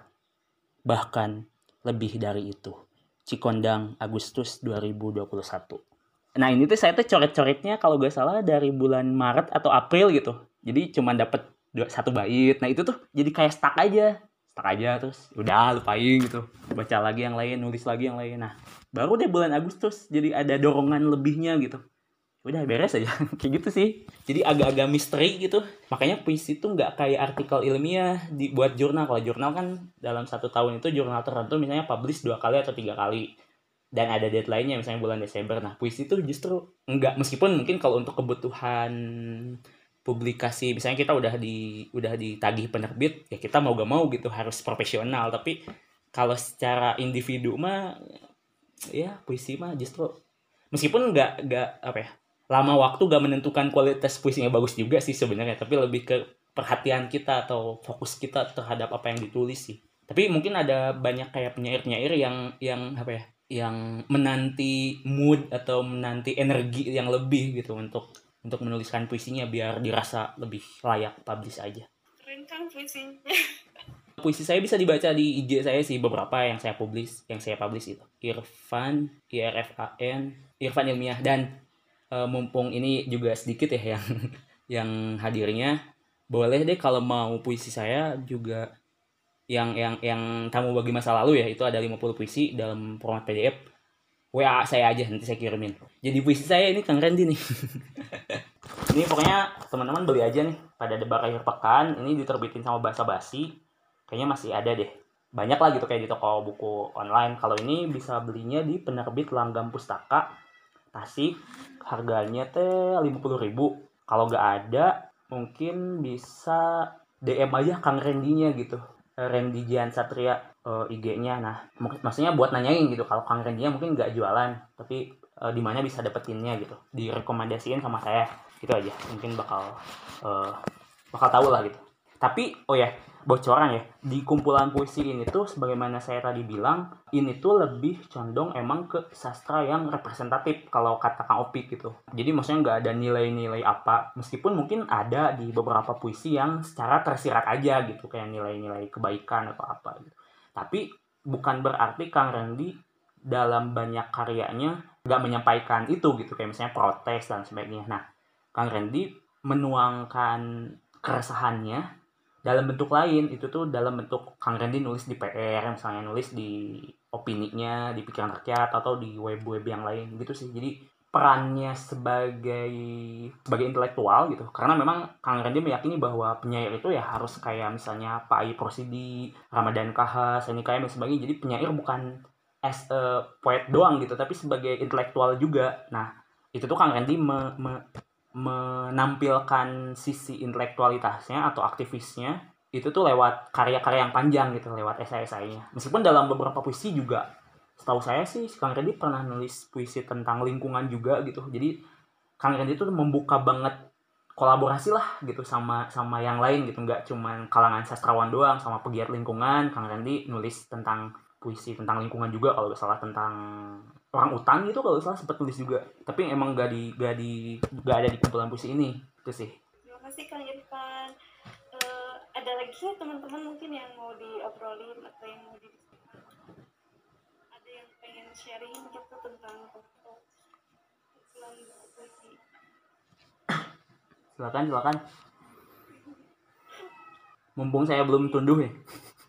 bahkan lebih dari itu. Cikondang, Agustus dua ribu dua puluh satu. Nah ini tuh saya tuh coret-coretnya kalau gak salah dari bulan Maret atau April gitu. Jadi cuma dapet dua, satu bait. Nah itu tuh jadi kayak stuck aja. Stuck aja terus udah lupain gitu. Baca lagi yang lain, nulis lagi yang lain. Nah baru deh bulan Agustus jadi ada dorongan lebihnya gitu. Udah beres aja. Kayak gitu sih. Jadi agak-agak misteri gitu. Makanya puisi tuh gak kayak artikel ilmiah dibuat jurnal. Kalau jurnal kan dalam satu tahun itu jurnal tertentu misalnya publish dua kali atau tiga kali. Dan ada deadline-nya misalnya bulan Desember. Nah puisi itu justru enggak. Meskipun mungkin kalau untuk kebutuhan publikasi misalnya kita udah di udah ditagih penerbit, ya kita mau gak mau gitu harus profesional. Tapi kalau secara individu mah ya puisi mah justru meskipun nggak nggak apa ya lama waktu gak menentukan kualitas puisinya bagus juga sih sebenarnya, tapi lebih ke perhatian kita atau fokus kita terhadap apa yang ditulis sih. Tapi mungkin ada banyak kayak penyair-penyair yang yang apa ya yang menanti mood atau menanti energi yang lebih gitu untuk untuk menuliskan puisinya biar dirasa lebih layak publish aja. Keren Kang puisinya. Puisi saya bisa dibaca di I G saya sih, beberapa yang saya publish, yang saya publish itu. Irfan, I R F A N, Irfan Ilmiah. Dan e, mumpung ini juga sedikit ya yang yang hadirnya, boleh deh kalau mau puisi saya juga yang yang yang tamu bagi masa lalu ya, itu ada lima puluh puisi dalam format P D F. W A saya aja, nanti saya kirimin. Jadi puisi saya ini Kang Randy nih. Ini pokoknya teman-teman beli aja nih pada debat akhir pekan. Ini diterbitin sama Basa Basi. Kayaknya masih ada deh. Banyak lah gitu kayak di toko buku online. Kalau ini bisa belinya di penerbit Langgam Pustaka Tasik. Harganya teh lima puluh ribu. Kalau nggak ada, mungkin bisa D M aja Kang Randy-nya gitu. Randy Jian Satria uh, I G-nya. Nah, mak- maksudnya buat nanyain gitu. Kalau Kang Randy-nya mungkin nggak jualan, tapi uh, di mana bisa dapetinnya gitu. Direkomendasiin sama saya. Gitu aja. Mungkin bakal uh, bakal tahu lah gitu. Tapi oh ya, bocoran ya, di kumpulan puisi ini tuh sebagaimana saya tadi bilang, ini tuh lebih condong emang ke sastra yang representatif kalau kata Kang Opik gitu. Jadi maksudnya nggak ada nilai-nilai apa, meskipun mungkin ada di beberapa puisi yang secara tersirat aja gitu, kayak nilai-nilai kebaikan atau apa gitu. Tapi bukan berarti Kang Randy dalam banyak karyanya nggak menyampaikan itu gitu, kayak misalnya protes dan sebagainya. Nah, Kang Randy menuangkan keresahannya dalam bentuk lain, itu tuh dalam bentuk Kang Randy nulis di P R, misalnya nulis di opininya, di Pikiran Rakyat, atau di web-web yang lain gitu sih. Jadi perannya sebagai sebagai intelektual gitu, karena memang Kang Randy meyakini bahwa penyair itu ya harus kayak misalnya Pak Ai Prosidi, Ramadan K H, Seni K M dan sebagainya. Jadi penyair bukan as a poet doang gitu, tapi sebagai intelektual juga. Nah, itu tuh Kang Randy me, me, menampilkan sisi intelektualitasnya atau aktivisnya itu tuh lewat karya-karya yang panjang gitu, lewat esai-esainya. Meskipun dalam beberapa puisi juga, setahu saya sih Kang Randy pernah nulis puisi tentang lingkungan juga gitu. Jadi Kang Randy tuh membuka banget kolaborasi lah gitu sama sama yang lain gitu, nggak cuman kalangan sastrawan doang, sama pegiat lingkungan. Kang Randy nulis tentang puisi tentang lingkungan juga, kalau nggak salah tentang orang utan gitu, kalau nggak salah sempat nulis juga. Tapi emang nggak di nggak di nggak ada di kumpulan puisi ini itu sih. Terima kasih Kang Irfan. Uh, ada lagi teman-teman mungkin yang mau diobrolin atau yang mau didiskusikan? Ada yang pengen sharing gitu tentang kumpulan puisi? Silakan silakan. Mumpung saya belum tunduh ya.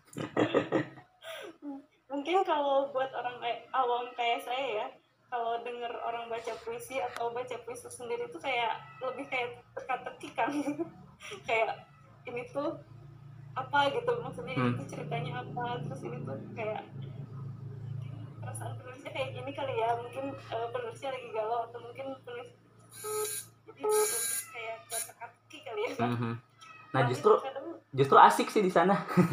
Mungkin kalau buat orang kayak awam kayak saya ya, kalau denger orang baca puisi atau baca puisi sendiri tuh kayak lebih kayak teka-teki kan. Kayak ini tuh apa gitu, maksudnya ini Hmm. tuh ceritanya apa, terus ini tuh kayak perasaan penulisnya kayak gini kali ya, mungkin uh, penulisnya lagi galau atau mungkin penulis jadi lebih kayak teka-teki kali ya. Mhm. Nah, Tapi justru kadang justru asik sih di sana.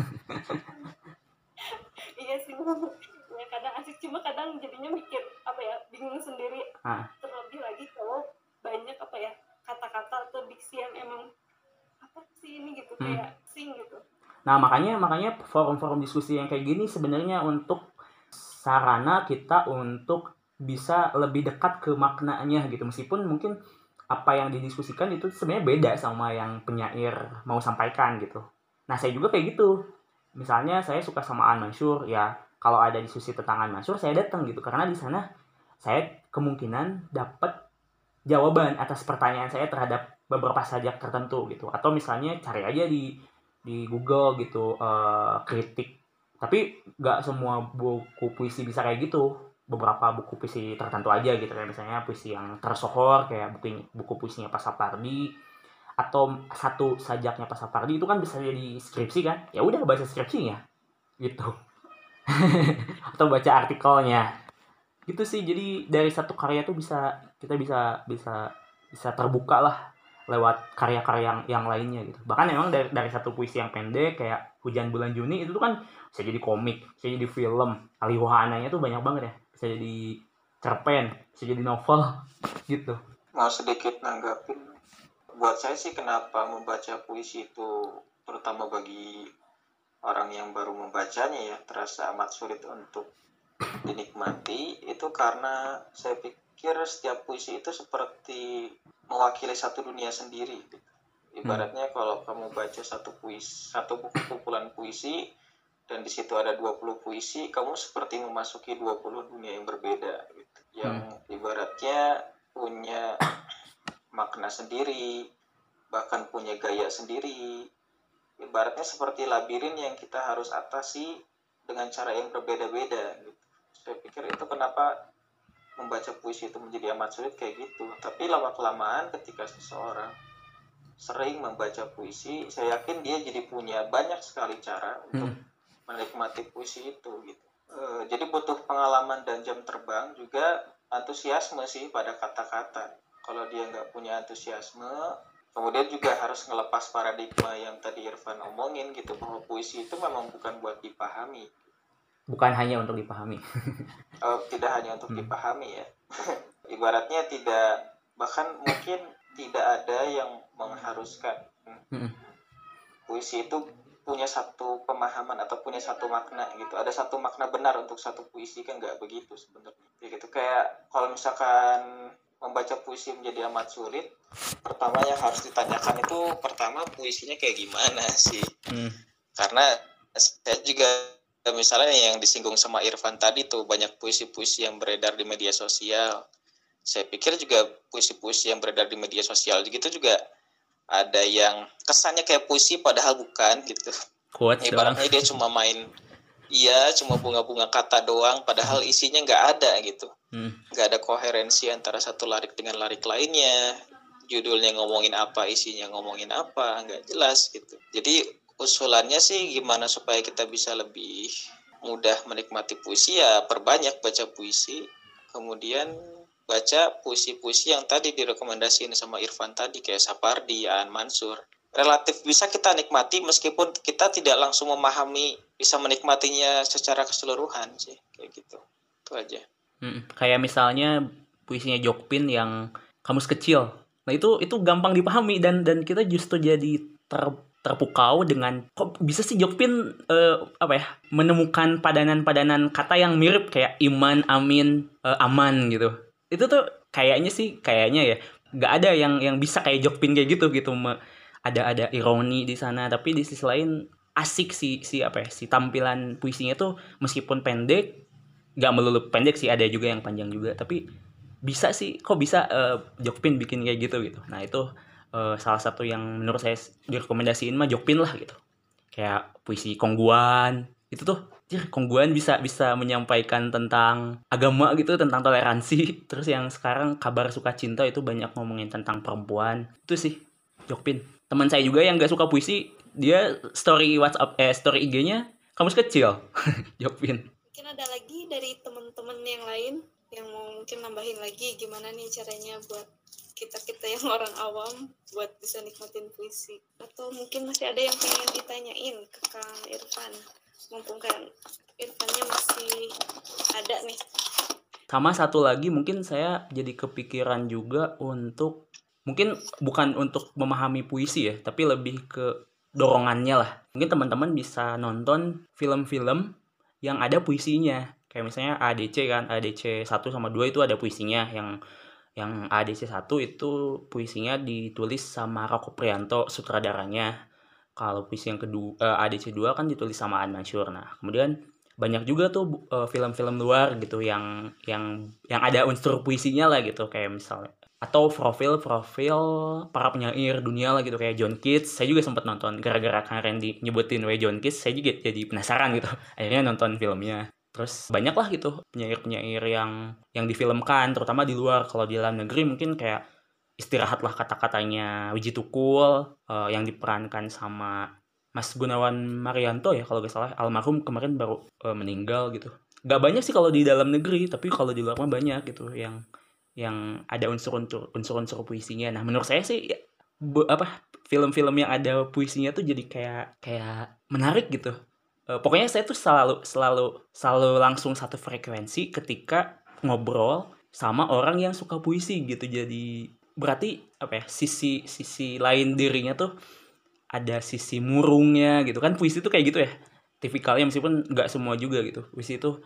iya sih, ya kadang asik, cuma kadang jadinya mikir apa ya, bingung sendiri. Ah. Terlebih lagi kalau banyak apa ya, kata-kata atau diksi yang emang apa sih ini gitu, Hmm. kayak sing gitu. Nah, makanya makanya forum-forum diskusi yang kayak gini sebenarnya untuk sarana kita untuk bisa lebih dekat ke maknanya gitu. Meskipun mungkin apa yang didiskusikan itu sebenarnya beda sama yang penyair mau sampaikan gitu. Nah, saya juga kayak gitu. Misalnya saya suka sama An Mansur, ya kalau ada diskusi tentang An Mansur saya datang gitu, karena di sana saya kemungkinan dapat jawaban atas pertanyaan saya terhadap beberapa sajak tertentu gitu. Atau misalnya cari aja di di Google gitu, uh, kritik. Tapi nggak semua buku puisi bisa kayak gitu. Beberapa buku puisi tertentu aja gitu, kayak misalnya puisi yang tersohor kayak buku buku puisinya Pak Sapardi, atau satu sajaknya Pak Sapardi itu kan bisa jadi skripsi kan, ya udah baca skripsinya gitu. Atau baca artikelnya gitu sih. Jadi dari satu karya tuh bisa kita bisa bisa bisa terbuka lah lewat karya-karya yang yang lainnya gitu. Bahkan emang dari dari satu puisi yang pendek kayak Hujan Bulan Juni itu tuh kan bisa jadi komik, bisa jadi film. Aliwahananya tuh banyak banget ya. Bisa jadi cerpen, bisa jadi novel gitu. Mau sedikit nanggapin, buat saya sih kenapa membaca puisi itu, terutama bagi orang yang baru membacanya ya, terasa amat sulit untuk dinikmati, itu karena saya pikir setiap puisi itu seperti mewakili satu dunia sendiri. Ibaratnya kalau kamu baca satu puisi, satu buku kumpulan puisi, dan di situ ada dua puluh puisi, kamu seperti memasuki dua puluh dunia yang berbeda gitu. Yang ibaratnya punya makna sendiri, bahkan punya gaya sendiri. Ibaratnya seperti labirin yang kita harus atasi dengan cara yang berbeda-beda gitu. Saya pikir itu kenapa membaca puisi itu menjadi amat sulit kayak gitu. Tapi lama-kelamaan ketika seseorang sering membaca puisi, saya yakin dia jadi punya banyak sekali cara untuk Hmm. menikmati puisi itu gitu. E, jadi butuh pengalaman dan jam terbang, juga antusiasme sih pada kata-kata. Kalau dia nggak punya antusiasme, kemudian juga harus ngelepas paradigma yang tadi Irfan omongin gitu, bahwa puisi itu memang bukan buat dipahami. Bukan hanya untuk dipahami. Oh, tidak hanya untuk Hmm. dipahami ya. Ibaratnya tidak, bahkan mungkin tidak ada yang mengharuskan Hmm. puisi itu punya satu pemahaman atau punya satu makna gitu. Ada satu makna benar untuk satu puisi, kan nggak begitu sebenarnya. Ya gitu, kayak kalau misalkan membaca puisi menjadi amat sulit, pertama yang harus ditanyakan itu pertama puisinya kayak gimana sih? Hmm. Karena saya juga misalnya yang disinggung sama Irfan tadi tuh, banyak puisi-puisi yang beredar di media sosial. Saya pikir juga puisi-puisi yang beredar di media sosial gitu juga ada yang kesannya kayak puisi padahal bukan gitu. Quotes doang. Ibaratnya dia cuma main, iya cuma bunga-bunga kata doang, padahal isinya nggak ada gitu. Hmm. Nggak ada koherensi antara satu lirik dengan lirik lainnya. Judulnya ngomongin apa, isinya ngomongin apa, nggak jelas gitu. Jadi usulannya sih gimana supaya kita bisa lebih mudah menikmati puisi, ya perbanyak baca puisi. Kemudian baca puisi-puisi yang tadi direkomendasiin sama Irfan tadi, kayak Sapardi, Aan Mansur. Relatif bisa kita nikmati meskipun kita tidak langsung memahami, bisa menikmatinya secara keseluruhan sih, kayak gitu. Itu aja. Hmm. Kayak misalnya puisinya Jokpin yang Kamus Kecil. Nah itu itu gampang dipahami, dan dan kita justru jadi ter terpukau dengan kok bisa sih Jokpin eh, apa ya menemukan padanan-padanan kata yang mirip kayak iman, amin, eh, aman gitu. Itu tuh kayaknya sih kayaknya ya nggak ada yang yang bisa kayak Jokpin kayak gitu gitu. Me- ada ada ironi di sana, tapi di sisi lain asik sih si apa ya si tampilan puisinya tuh, meskipun pendek, nggak melulu pendek sih, ada juga yang panjang juga, tapi bisa sih kok bisa eh, Jokpin bikin kayak gitu gitu. Nah itu eh, salah satu yang menurut saya direkomendasiin mah Jokpin lah gitu. Kayak puisi Kongguan itu tuh, jir, Kongguan bisa bisa menyampaikan tentang agama gitu, tentang toleransi. Terus yang sekarang Kabar Suka Cinta itu banyak ngomongin tentang perempuan. Itu sih Jokpin. Teman saya juga yang nggak suka puisi, dia story WhatsApp eh story I G-nya Kamus Kecil. Jokpin. Mungkin ada lagi dari teman-teman yang lain yang mau mungkin nambahin lagi gimana nih caranya buat kita-kita yang orang awam buat bisa nikmatin puisi. Atau mungkin masih ada yang pengen ditanyain ke Kang Irfan, mumpung kan Irfannya masih ada nih. Sama satu lagi mungkin saya jadi kepikiran juga untuk, mungkin bukan untuk memahami puisi ya, tapi lebih ke dorongannya lah. Mungkin teman-teman bisa nonton film-film yang ada puisinya. Kayak misalnya A D C kan, A D C satu sama dua itu ada puisinya. Yang yang A D C satu itu puisinya ditulis sama Rako Prianto, sutradaranya. Kalau puisi yang kedua, eh, A D C dua kan ditulis sama Aan Mansur. Nah, kemudian banyak juga tuh uh, film-film luar gitu yang yang yang ada unsur puisinya lah gitu, kayak misalnya atau profil-profil para penyair dunia lah gitu, kayak John Keats. Saya juga sempat nonton gara-gara Kang Randy nyebutin we John Keats, saya juga jadi penasaran gitu. Akhirnya nonton filmnya. Terus banyak lah gitu penyair-penyair yang yang difilmkan, terutama di luar. Kalau di dalam negeri mungkin kayak Istirahatlah Kata-Katanya Wiji Tukul, uh, yang diperankan sama Mas Gunawan Marianto ya kalau gak salah, almarhum kemarin baru uh, meninggal gitu. Gak banyak sih kalau di dalam negeri, tapi kalau di luar mah banyak gitu yang yang ada unsur-unsur unsur-unsur puisinya. Nah menurut saya sih ya, bu, apa film-film yang ada puisinya tuh jadi kayak kayak menarik gitu. Uh, pokoknya saya tuh selalu selalu selalu langsung satu frekuensi ketika ngobrol sama orang yang suka puisi gitu. Jadi berarti apa ya sisi sisi lain dirinya tuh ada sisi murungnya gitu kan. Puisi itu kayak gitu ya tipikalnya, meskipun nggak semua juga gitu. Puisi itu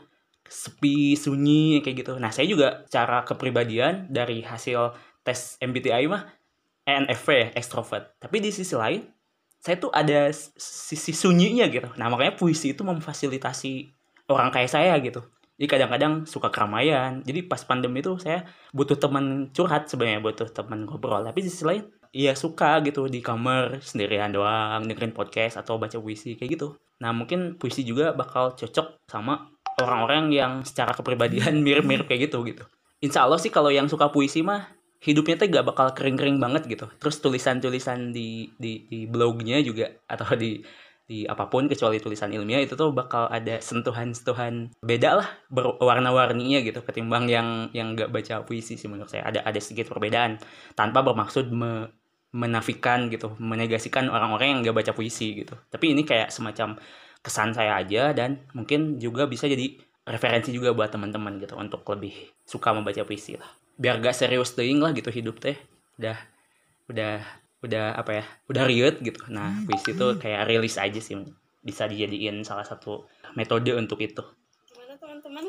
sepi, sunyi kayak gitu. Nah saya juga cara kepribadian dari hasil tes M B T I mah E N F P ya, extrovert. Tapi di sisi lain saya tuh ada sisi sunyinya gitu. Nah makanya puisi itu memfasilitasi orang kayak saya gitu. Jadi kadang-kadang suka keramaian. Jadi pas pandemi itu saya butuh teman curhat sebenarnya, butuh teman ngobrol. Tapi di sisi lain iya suka gitu di kamar sendirian doang dengerin podcast atau baca puisi kayak gitu. Nah mungkin puisi juga bakal cocok sama orang-orang yang secara kepribadian mirip-mirip kayak gitu gitu. insya Allah sih kalau yang suka puisi mah hidupnya tuh gak bakal kering-kering banget gitu. Terus tulisan-tulisan di di di blognya juga atau di di apapun kecuali tulisan ilmiah itu tuh bakal ada sentuhan-sentuhan beda lah berwarna-warninya gitu ketimbang yang yang gak baca puisi sih menurut saya. Ada ada sedikit perbedaan tanpa bermaksud me, menafikan gitu, menegasikan orang-orang yang gak baca puisi gitu. Tapi ini kayak semacam kesan saya aja dan mungkin juga bisa jadi referensi juga buat teman-teman gitu untuk lebih suka membaca puisi lah. Biar gak serius teuing lah gitu hidup teh. Udah udah udah apa ya udah riut gitu. Nah puisi itu kayak rilis aja sih, bisa dijadiin salah satu metode untuk itu. Gimana teman-teman?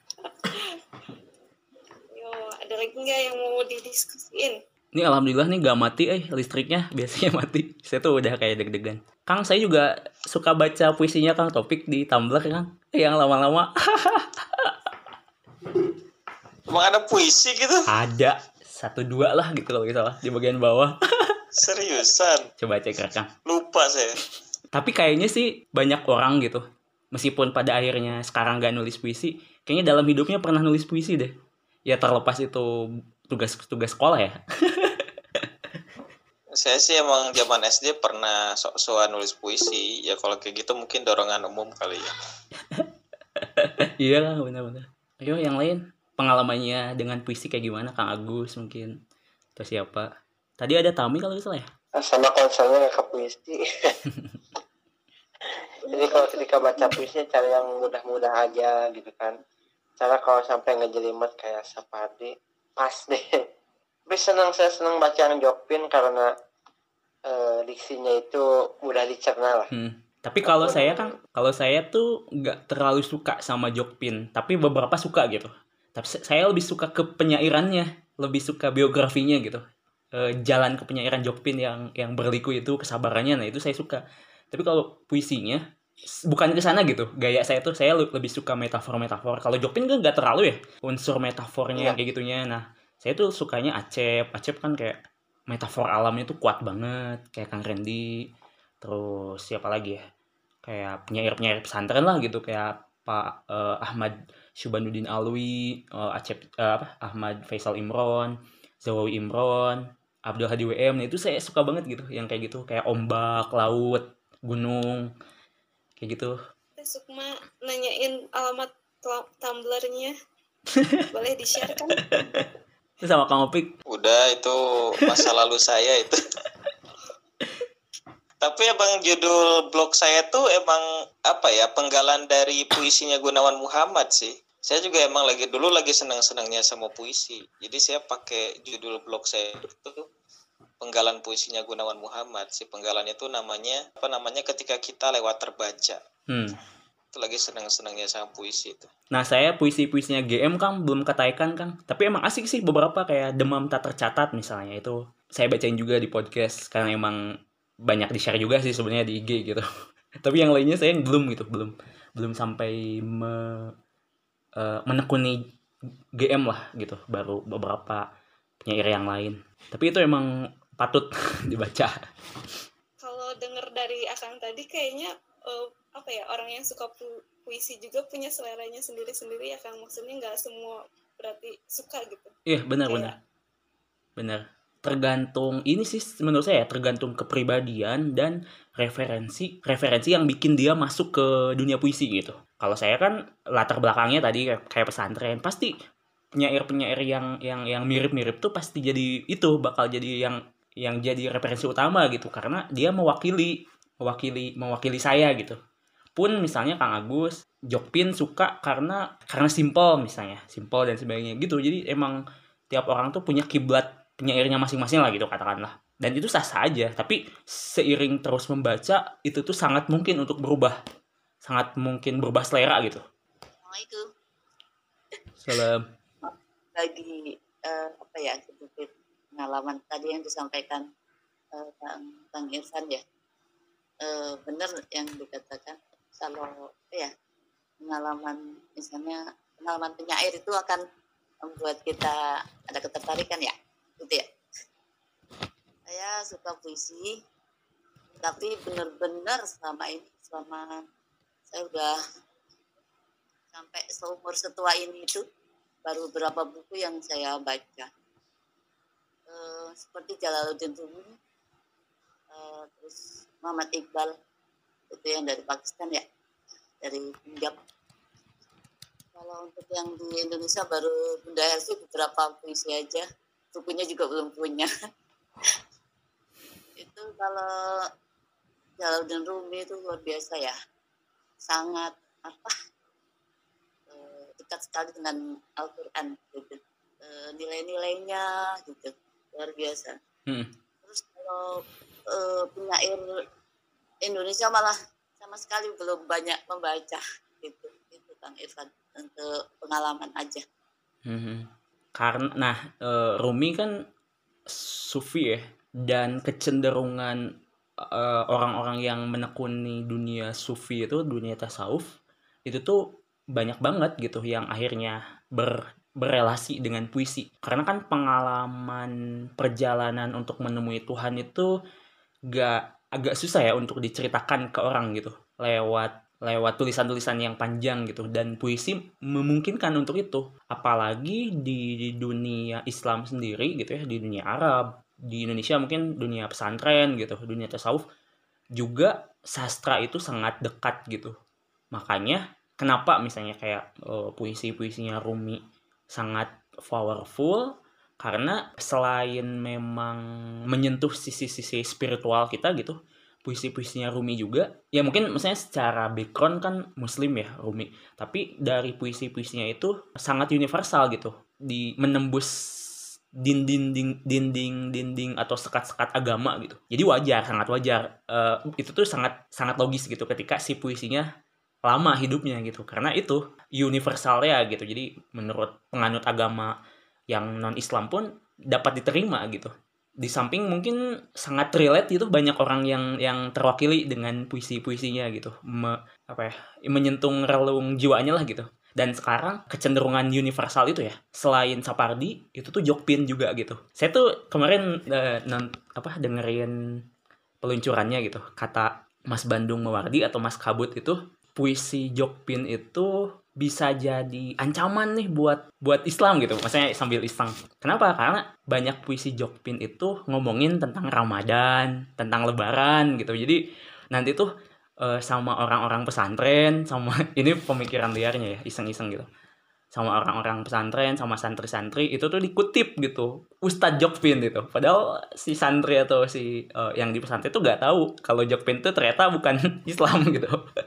Yo, ada lagi nggak yang mau didiskusiin? Ini alhamdulillah nih gak mati eh listriknya, biasanya mati. Saya tuh udah kayak deg-degan. Kang saya juga suka baca puisinya Kang Topik di Tumblr Kang, yang lama-lama. Emang ada puisi gitu? Ada satu dua lah gitu kalau gitu lah di bagian bawah. Seriusan? Coba cek rekam. Lupa saya. Tapi kayaknya sih banyak orang gitu, meskipun pada akhirnya sekarang gak nulis puisi, kayaknya dalam hidupnya pernah nulis puisi deh. Ya terlepas itu tugas-tugas sekolah ya. Saya sih emang zaman S D pernah sok-sokan nulis puisi. Ya kalau kayak gitu mungkin dorongan umum kali ya. Iya lah benar-benar. Ayo yang lain pengalamannya dengan puisi kayak gimana, Kang Agus mungkin atau siapa? Tadi ada Tami kalau nggak salah ya. Sama konselnya nggak ke puisi. Jadi kalau ketika baca puisi cari yang mudah-mudah aja gitu kan. Cara kalau sampai ngejelimet kayak Sapardi pas deh. Tapi senang saya senang bacaan Jokpin karena e, diksinya itu mudah dicerna lah. Hmm. Tapi kalau saya kan, kalau saya tuh nggak terlalu suka sama Jokpin, tapi beberapa suka gitu. Tapi saya lebih suka ke penyairannya, lebih suka biografinya gitu. E, jalan ke penyairan Jokpin yang yang berliku itu kesabarannya, nah itu saya suka. Tapi kalau puisinya bukan ke sana gitu. Gaya saya tuh saya lebih suka metafor-metafor. Kalau Jokpin kan nggak terlalu ya unsur metafornya ya. Kayak gitunya. Nah, saya tuh sukanya Acep. Acep kan kayak metafor alamnya tuh kuat banget, kayak Kang Randy. Terus siapa lagi ya? Kayak penyair-penyair pesantren lah gitu, kayak Pak uh, Ahmad Syubanuddin Alwi, uh, Acep uh, apa? Ahmad Faisal Imron, Zawawi Imron, Abdul Hadi W M. Nah, itu saya suka banget gitu, yang kayak gitu, kayak ombak, laut, gunung, kayak gitu. Sukma nanyain alamat Tumblr-nya. Boleh di-share kan? Itu sama Kang Opik. Udah, itu masa lalu saya itu. Tapi emang judul blog saya tuh emang apa ya, penggalan dari puisinya Gunawan Muhammad sih. Saya juga emang lagi dulu lagi senang-senangnya sama puisi. Jadi saya pakai judul blog saya itu penggalan puisinya Gunawan Muhammad. Si penggalannya itu namanya apa namanya ketika kita lewat terbaca. Hmm. Itu lagi senang-senangnya sama puisi itu. Nah, saya puisi-puisinya G M Kang belum ketaikan Kang. Tapi emang asik sih beberapa, kayak Demam Tak Tercatat misalnya, itu saya bacain juga di podcast karena emang banyak di-share juga sih sebenarnya di I G gitu. Tapi yang lainnya saya belum gitu, belum belum sampai me, uh, menekuni G M lah gitu, baru beberapa penyair yang lain. Tapi itu emang patut dibaca. Kalau denger dari Akang tadi kayaknya uh, apa ya, orang yang suka pu- puisi juga punya seleranya sendiri-sendiri ya Kang. Maksudnya nggak semua berarti suka gitu. Iya, benar-benar. Benar. Tergantung ini sih menurut saya, tergantung kepribadian dan referensi referensi yang bikin dia masuk ke dunia puisi gitu. Kalau saya kan latar belakangnya tadi kayak pesantren, pasti penyair-penyair yang yang yang mirip-mirip tuh pasti jadi itu bakal jadi yang yang jadi referensi utama gitu, karena dia mewakili mewakili mewakili saya gitu. Pun misalnya Kang Agus, Jokpin suka karena karena simple misalnya, simple dan sebagainya gitu. Jadi emang tiap orang tuh punya kiblat penyairnya masing-masing lah gitu katakanlah. Dan itu sah-sah aja, tapi seiring terus membaca itu tuh sangat mungkin untuk berubah. Sangat mungkin berubah selera gitu. Assalamualaikum. Salam. Lagi uh, apa ya, sedikit pengalaman tadi yang disampaikan uh, Kang, Kang Irfan ya. Uh, benar yang dikatakan, kalau ya pengalaman misalnya pengalaman penyair itu akan membuat kita ada ketertarikan ya. Gitu ya. Saya suka puisi, tapi benar-benar selama ini, selama saya udah sampai seumur setua ini itu baru beberapa buku yang saya baca. Uh, seperti Jalaluddin Rumi, uh, terus Muhammad Iqbal, itu yang dari Pakistan ya, dari Punjab. Kalau untuk yang di Indonesia baru Bunda Hersi beberapa puisi aja, bukunya juga belum punya. Itu kalau Jalaluddin Rumi itu luar biasa ya, sangat apa e, dekat sekali dengan Al-Quran gitu, e, nilai-nilainya gitu luar biasa. Hmm. Terus kalau e, penyair Indonesia malah sama sekali belum banyak membaca gitu, itu Kang Irfan, untuk pengalaman aja. Hmm. Karena nah e, Rumi kan sufi ya, dan kecenderungan Uh, orang-orang yang menekuni dunia sufi itu, dunia tasawuf itu tuh banyak banget gitu yang akhirnya ber, berelasi dengan puisi. Karena kan pengalaman perjalanan untuk menemui Tuhan itu gak agak susah ya untuk diceritakan ke orang gitu lewat lewat tulisan-tulisan yang panjang gitu, dan puisi memungkinkan untuk itu, apalagi di, di dunia Islam sendiri gitu ya, di dunia Arab, di Indonesia mungkin dunia pesantren gitu, dunia tasawuf juga sastra itu sangat dekat gitu. Makanya kenapa misalnya kayak uh, puisi-puisinya Rumi sangat powerful, karena selain memang menyentuh sisi-sisi spiritual kita gitu, puisi-puisinya Rumi juga ya, mungkin misalnya secara background kan muslim ya Rumi, tapi dari puisi-puisinya itu sangat universal gitu, di menembus dinding dinding dinding atau sekat-sekat agama gitu. Jadi wajar, sangat wajar. Uh, itu tuh sangat sangat logis gitu ketika si puisinya lama hidupnya gitu, karena itu universal ya gitu. Jadi menurut penganut agama yang non Islam pun dapat diterima gitu. Di samping mungkin sangat relate gitu, banyak orang yang yang terwakili dengan puisi-puisinya gitu, Me, apa ya, menyentuh relung jiwanya lah gitu. Dan sekarang kecenderungan universal itu ya, selain Sapardi itu tuh Jokpin juga gitu. Saya tuh kemarin uh, non, apa dengerin peluncurannya gitu, kata Mas Bandung Mewardi atau Mas Kabut itu, puisi Jokpin itu bisa jadi ancaman nih buat buat Islam gitu, maksudnya sambil iseng. Kenapa? Karena banyak puisi Jokpin itu ngomongin tentang Ramadan, tentang Lebaran gitu. Jadi nanti tuh uh, sama orang-orang pesantren, sama ini pemikiran liarnya ya, iseng-iseng gitu, sama orang-orang pesantren, sama santri-santri itu tuh dikutip gitu Ustadz Jokpin gitu, padahal si santri atau si uh, yang di pesantren tuh gak tahu kalau Jokpin tuh ternyata bukan Islam gitu.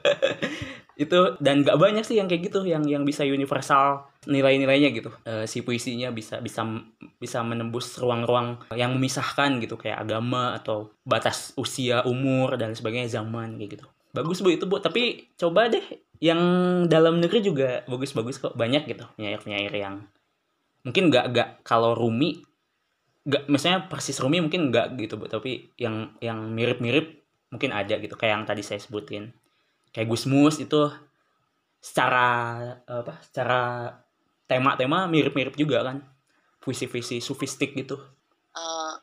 Itu, dan gak banyak sih yang kayak gitu, yang yang bisa universal nilai-nilainya gitu. E, si puisinya bisa bisa bisa menembus ruang-ruang yang memisahkan gitu, kayak agama atau batas usia, umur dan sebagainya, zaman kayak gitu. Bagus Bu itu Bu, tapi coba deh yang dalam negeri juga bagus-bagus kok, banyak gitu penyair-penyair yang mungkin gak gak kalau Rumi gak, misalnya persis Rumi mungkin gak gitu Bu, tapi yang yang mirip-mirip mungkin ada gitu, kayak yang tadi saya sebutin. Kayak Gusmus itu secara apa secara tema-tema mirip-mirip juga kan, puisi-puisi sufistik gitu. Uh,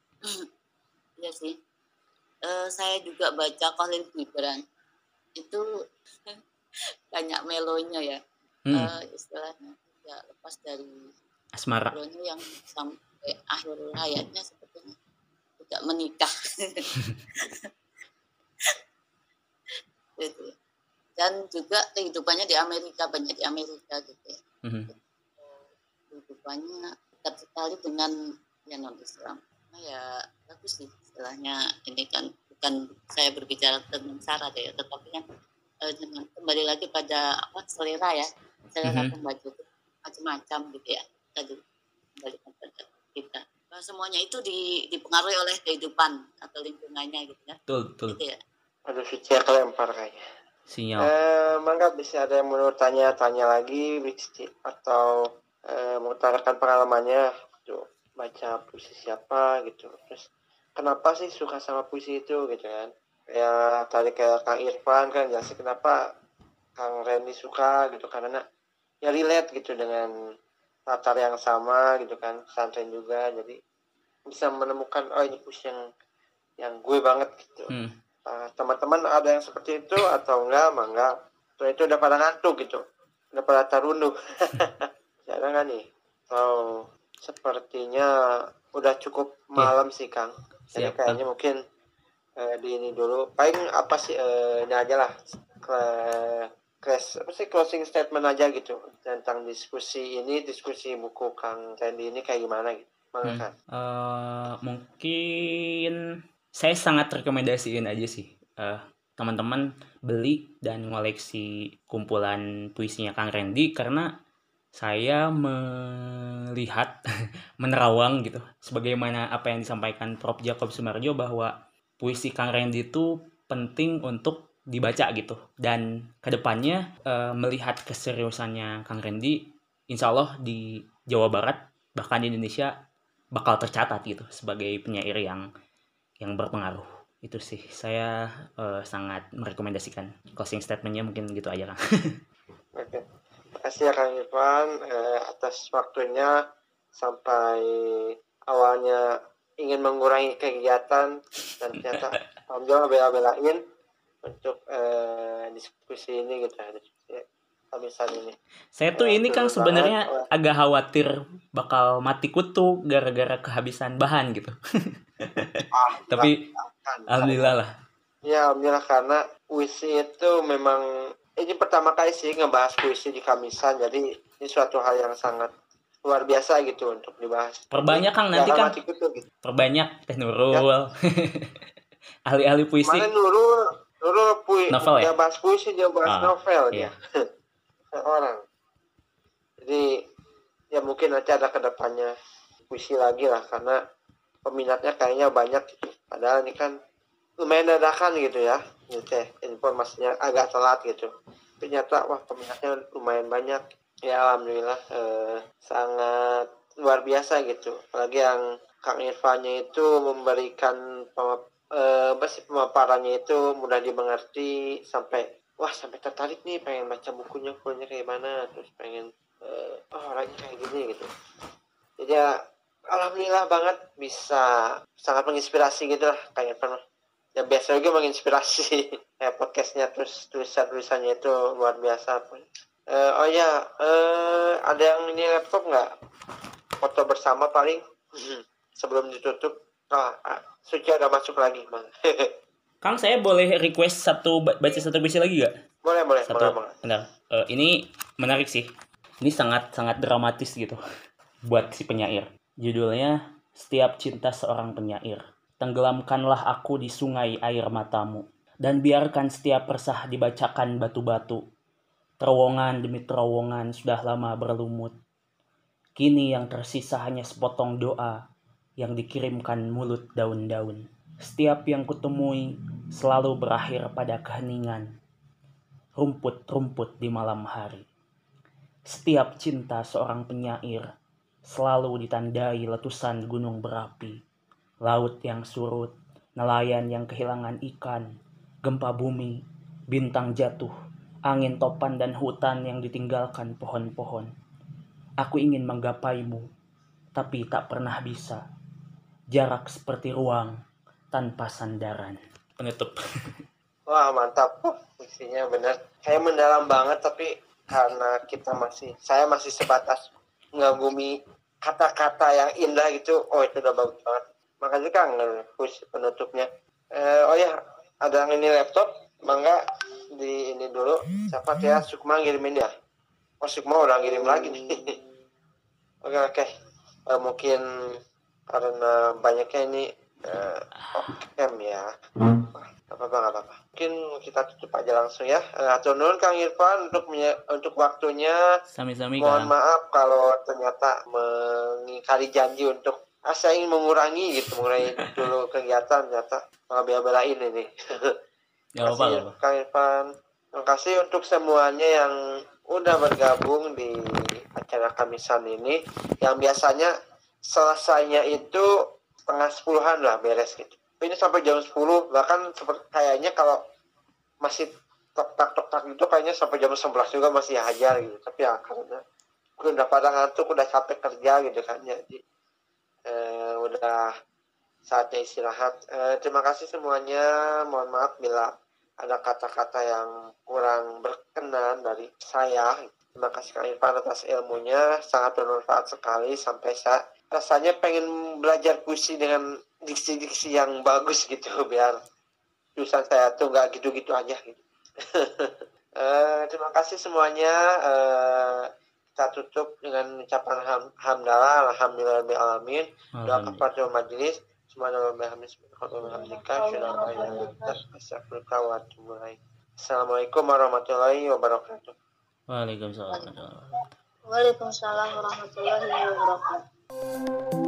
ya sih, uh, saya juga baca Khalil Gibran itu banyak melonya ya, hmm. uh, istilahnya ya, lepas dari asmara yang sampai akhir hayatnya sepertinya tidak menikah. Gitu. Dan juga kehidupannya di Amerika, banyak di Amerika gitu ya. Mm-hmm. Kehidupannya dekat sekali dengan yang non Islam. Nah ya bagus sih istilahnya, ini kan bukan saya berbicara tentang syarat ya, tetapi kan eh, dengan kembali lagi pada apa selera ya, selera mm-hmm. pembaca itu macam-macam gitu ya. Tadi kembali pada kita. Nah, semuanya itu di, dipengaruhi oleh kehidupan atau lingkungannya gitu ya. Betul, betul. Gitu ya. Ada Vicia kelempar kayaknya. Sinyal. Eh, mangga bisa ada yang mau tanya-tanya lagi atau eh, mengutarakan pengalamannya gitu, baca puisi siapa gitu. Terus kenapa sih suka sama puisi itu gitu kan? Ya tadi kayak Kang Irfan kan jelasin kenapa Kang Randy suka gitu, karena ya relate gitu dengan latar yang sama gitu kan, pesantren juga, jadi bisa menemukan oh ini puisi yang yang gue banget gitu. Hmm. Uh, teman-teman ada yang seperti itu atau enggak, mangga. So, itu udah pada ngantuk gitu, udah pada tarunduh. masih ada nggak nih? Oh, sepertinya udah cukup malam sih Kang. Jadi Siap, kayaknya Kang. mungkin eh, di ini dulu. Paling apa sih eh, ini aja lah. Ke- Close, apa sih closing statement aja gitu tentang diskusi ini, diskusi buku Kang Randy ini kayak gimana gitu. Mangga Hmm. Kang. Eh, mungkin saya sangat rekomendasiin aja sih eh, teman-teman beli dan ngoleksi kumpulan puisinya Kang Randy, karena saya melihat menerawang gitu sebagaimana apa yang disampaikan Prof Jacob Sumarjo bahwa puisi Kang Randy itu penting untuk dibaca gitu, dan kedepannya eh, melihat keseriusannya Kang Randy, insya Allah di Jawa Barat bahkan di Indonesia bakal tercatat gitu sebagai penyair yang yang berpengaruh. Itu sih saya eh, sangat merekomendasikan. Closing statementnya mungkin gitu aja Kang. Oke. Makasih ya Kang Irfan eh, atas waktunya. Sampai awalnya ingin mengurangi kegiatan dan ternyata alhamdulillah bela-belain untuk eh, diskusi ini gitu ya, diskusi kamisan ini. Saya tuh Eh, ini Kang senang banget. sebenarnya Eh, agak khawatir bakal mati kutu gara-gara kehabisan bahan gitu. ah, Tapi kan, alhamdulillah lah. ya alhamdulillah karena puisi itu memang ini pertama kali sih ngebahas puisi di kamisan, jadi ini suatu hal yang sangat luar biasa gitu untuk dibahas. Perbanyak Kang nanti Jangan Kang. mati kutu gitu. Perbanyak Teh Nurul. Ahli-ahli puisi. Kemarin Nurul, Nurul pui, Novel ya? dia bahas puisi, dia bahas Ah, novel iya. dia. Orang. Jadi ya mungkin nanti ada kedepannya puisi lagi lah karena peminatnya kayaknya banyak gitu. Padahal ini kan lumayan dadakan gitu ya, gitu teh informasinya agak telat gitu. Ternyata wah peminatnya lumayan banyak. Ya alhamdulillah eh, sangat luar biasa gitu. Apalagi yang Kang Irfannya itu memberikan pema- eh, apa sih, pemaparannya itu mudah dimengerti sampai wah sampai tertarik nih pengen baca bukunya bukunya kayak mana, terus pengen eh, oh orangnya kayak gini gitu. Jadi ya alhamdulillah banget bisa sangat menginspirasi gitu lah kayak pernah ya biasa juga menginspirasi kayak podcastnya, terus tulisan tulisannya itu luar biasa. Eh, oh ya eh, ada yang ini laptop nggak foto bersama paling sebelum ditutup. Ah, ah, Suci ada masuk lagi bang. Kang, saya boleh request satu baca satu puisi lagi gak? Boleh boleh Satu. boleh boleh. Bentar. Eh, ini menarik sih. Ini sangat sangat dramatis gitu buat si penyair. Judulnya Setiap Cinta Seorang Penyair. Tenggelamkanlah aku di sungai air matamu, dan biarkan setiap resah dibacakan batu-batu. Terowongan demi terowongan sudah lama berlumut. Kini yang tersisa hanya sepotong doa yang dikirimkan mulut daun-daun. Setiap yang kutemui selalu berakhir pada keheningan, rumput-rumput di malam hari. Setiap cinta seorang penyair selalu ditandai letusan gunung berapi, laut yang surut, nelayan yang kehilangan ikan, gempa bumi, bintang jatuh, angin topan dan hutan yang ditinggalkan pohon-pohon. Aku ingin menggapaimu, tapi tak pernah bisa. Jarak seperti ruang tanpa sandaran. Penutup. Wah mantap, isinya bener kayak mendalam banget, tapi karena kita masih saya masih sebatas mengagumi kata-kata yang indah gitu, oh itu udah bagus banget. Makasih Kang puisi penutupnya. Eh, oh ya ada yang ini laptop, bangga di ini dulu. Siapa ya Sukma ngirimin ya? Oh Sukma udah ngirim lagi nih. Oke oke. Eh, mungkin karena banyaknya ini eh, oh, M ya. Gak apa-apa, gak apa-apa. Mungkin kita tutup aja langsung ya. Atur nuhun Kang Irfan untuk untuk waktunya. Sami-sami Mohon Kang. maaf kalau ternyata mengingkari janji untuk ah, saya ingin mengurangi gitu, mengurangi dulu kegiatan, ternyata malah bela-belain ini. Gak Terima kasih apa-apa. Kang Irfan. Terima kasih untuk semuanya yang udah bergabung di acara Kamisan ini, yang biasanya selesainya itu setengah sepuluhan lah beres gitu. Ini sampai jam sepuluh, bahkan seperti kayaknya kalau masih tok-tak-tok-tak gitu kayaknya sampai jam sebelas juga masih hajar gitu. Tapi ya karena udah pada ngantuk, udah capek kerja gitu kan, jadi eh, udah saatnya istirahat. Eh, terima kasih semuanya, mohon maaf bila ada kata-kata yang kurang berkenan dari saya. Terima kasih Kang Irfan atas ilmunya, sangat bermanfaat sekali sampai saya rasanya pengen belajar puisi dengan diksi-diksi yang bagus gitu biar tulisan saya tuh nggak gitu-gitu aja gitu. uh, terima kasih semuanya. Uh, kita tutup dengan ucapan ham, hamdalah alhamdulillahirabbil alamin. Doa kepada majelis semuanya Assalamualaikum warahmatullahi wabarakatuh. Waalaikumsalam. Waalaikumsalam warahmatullahi wabarakatuh.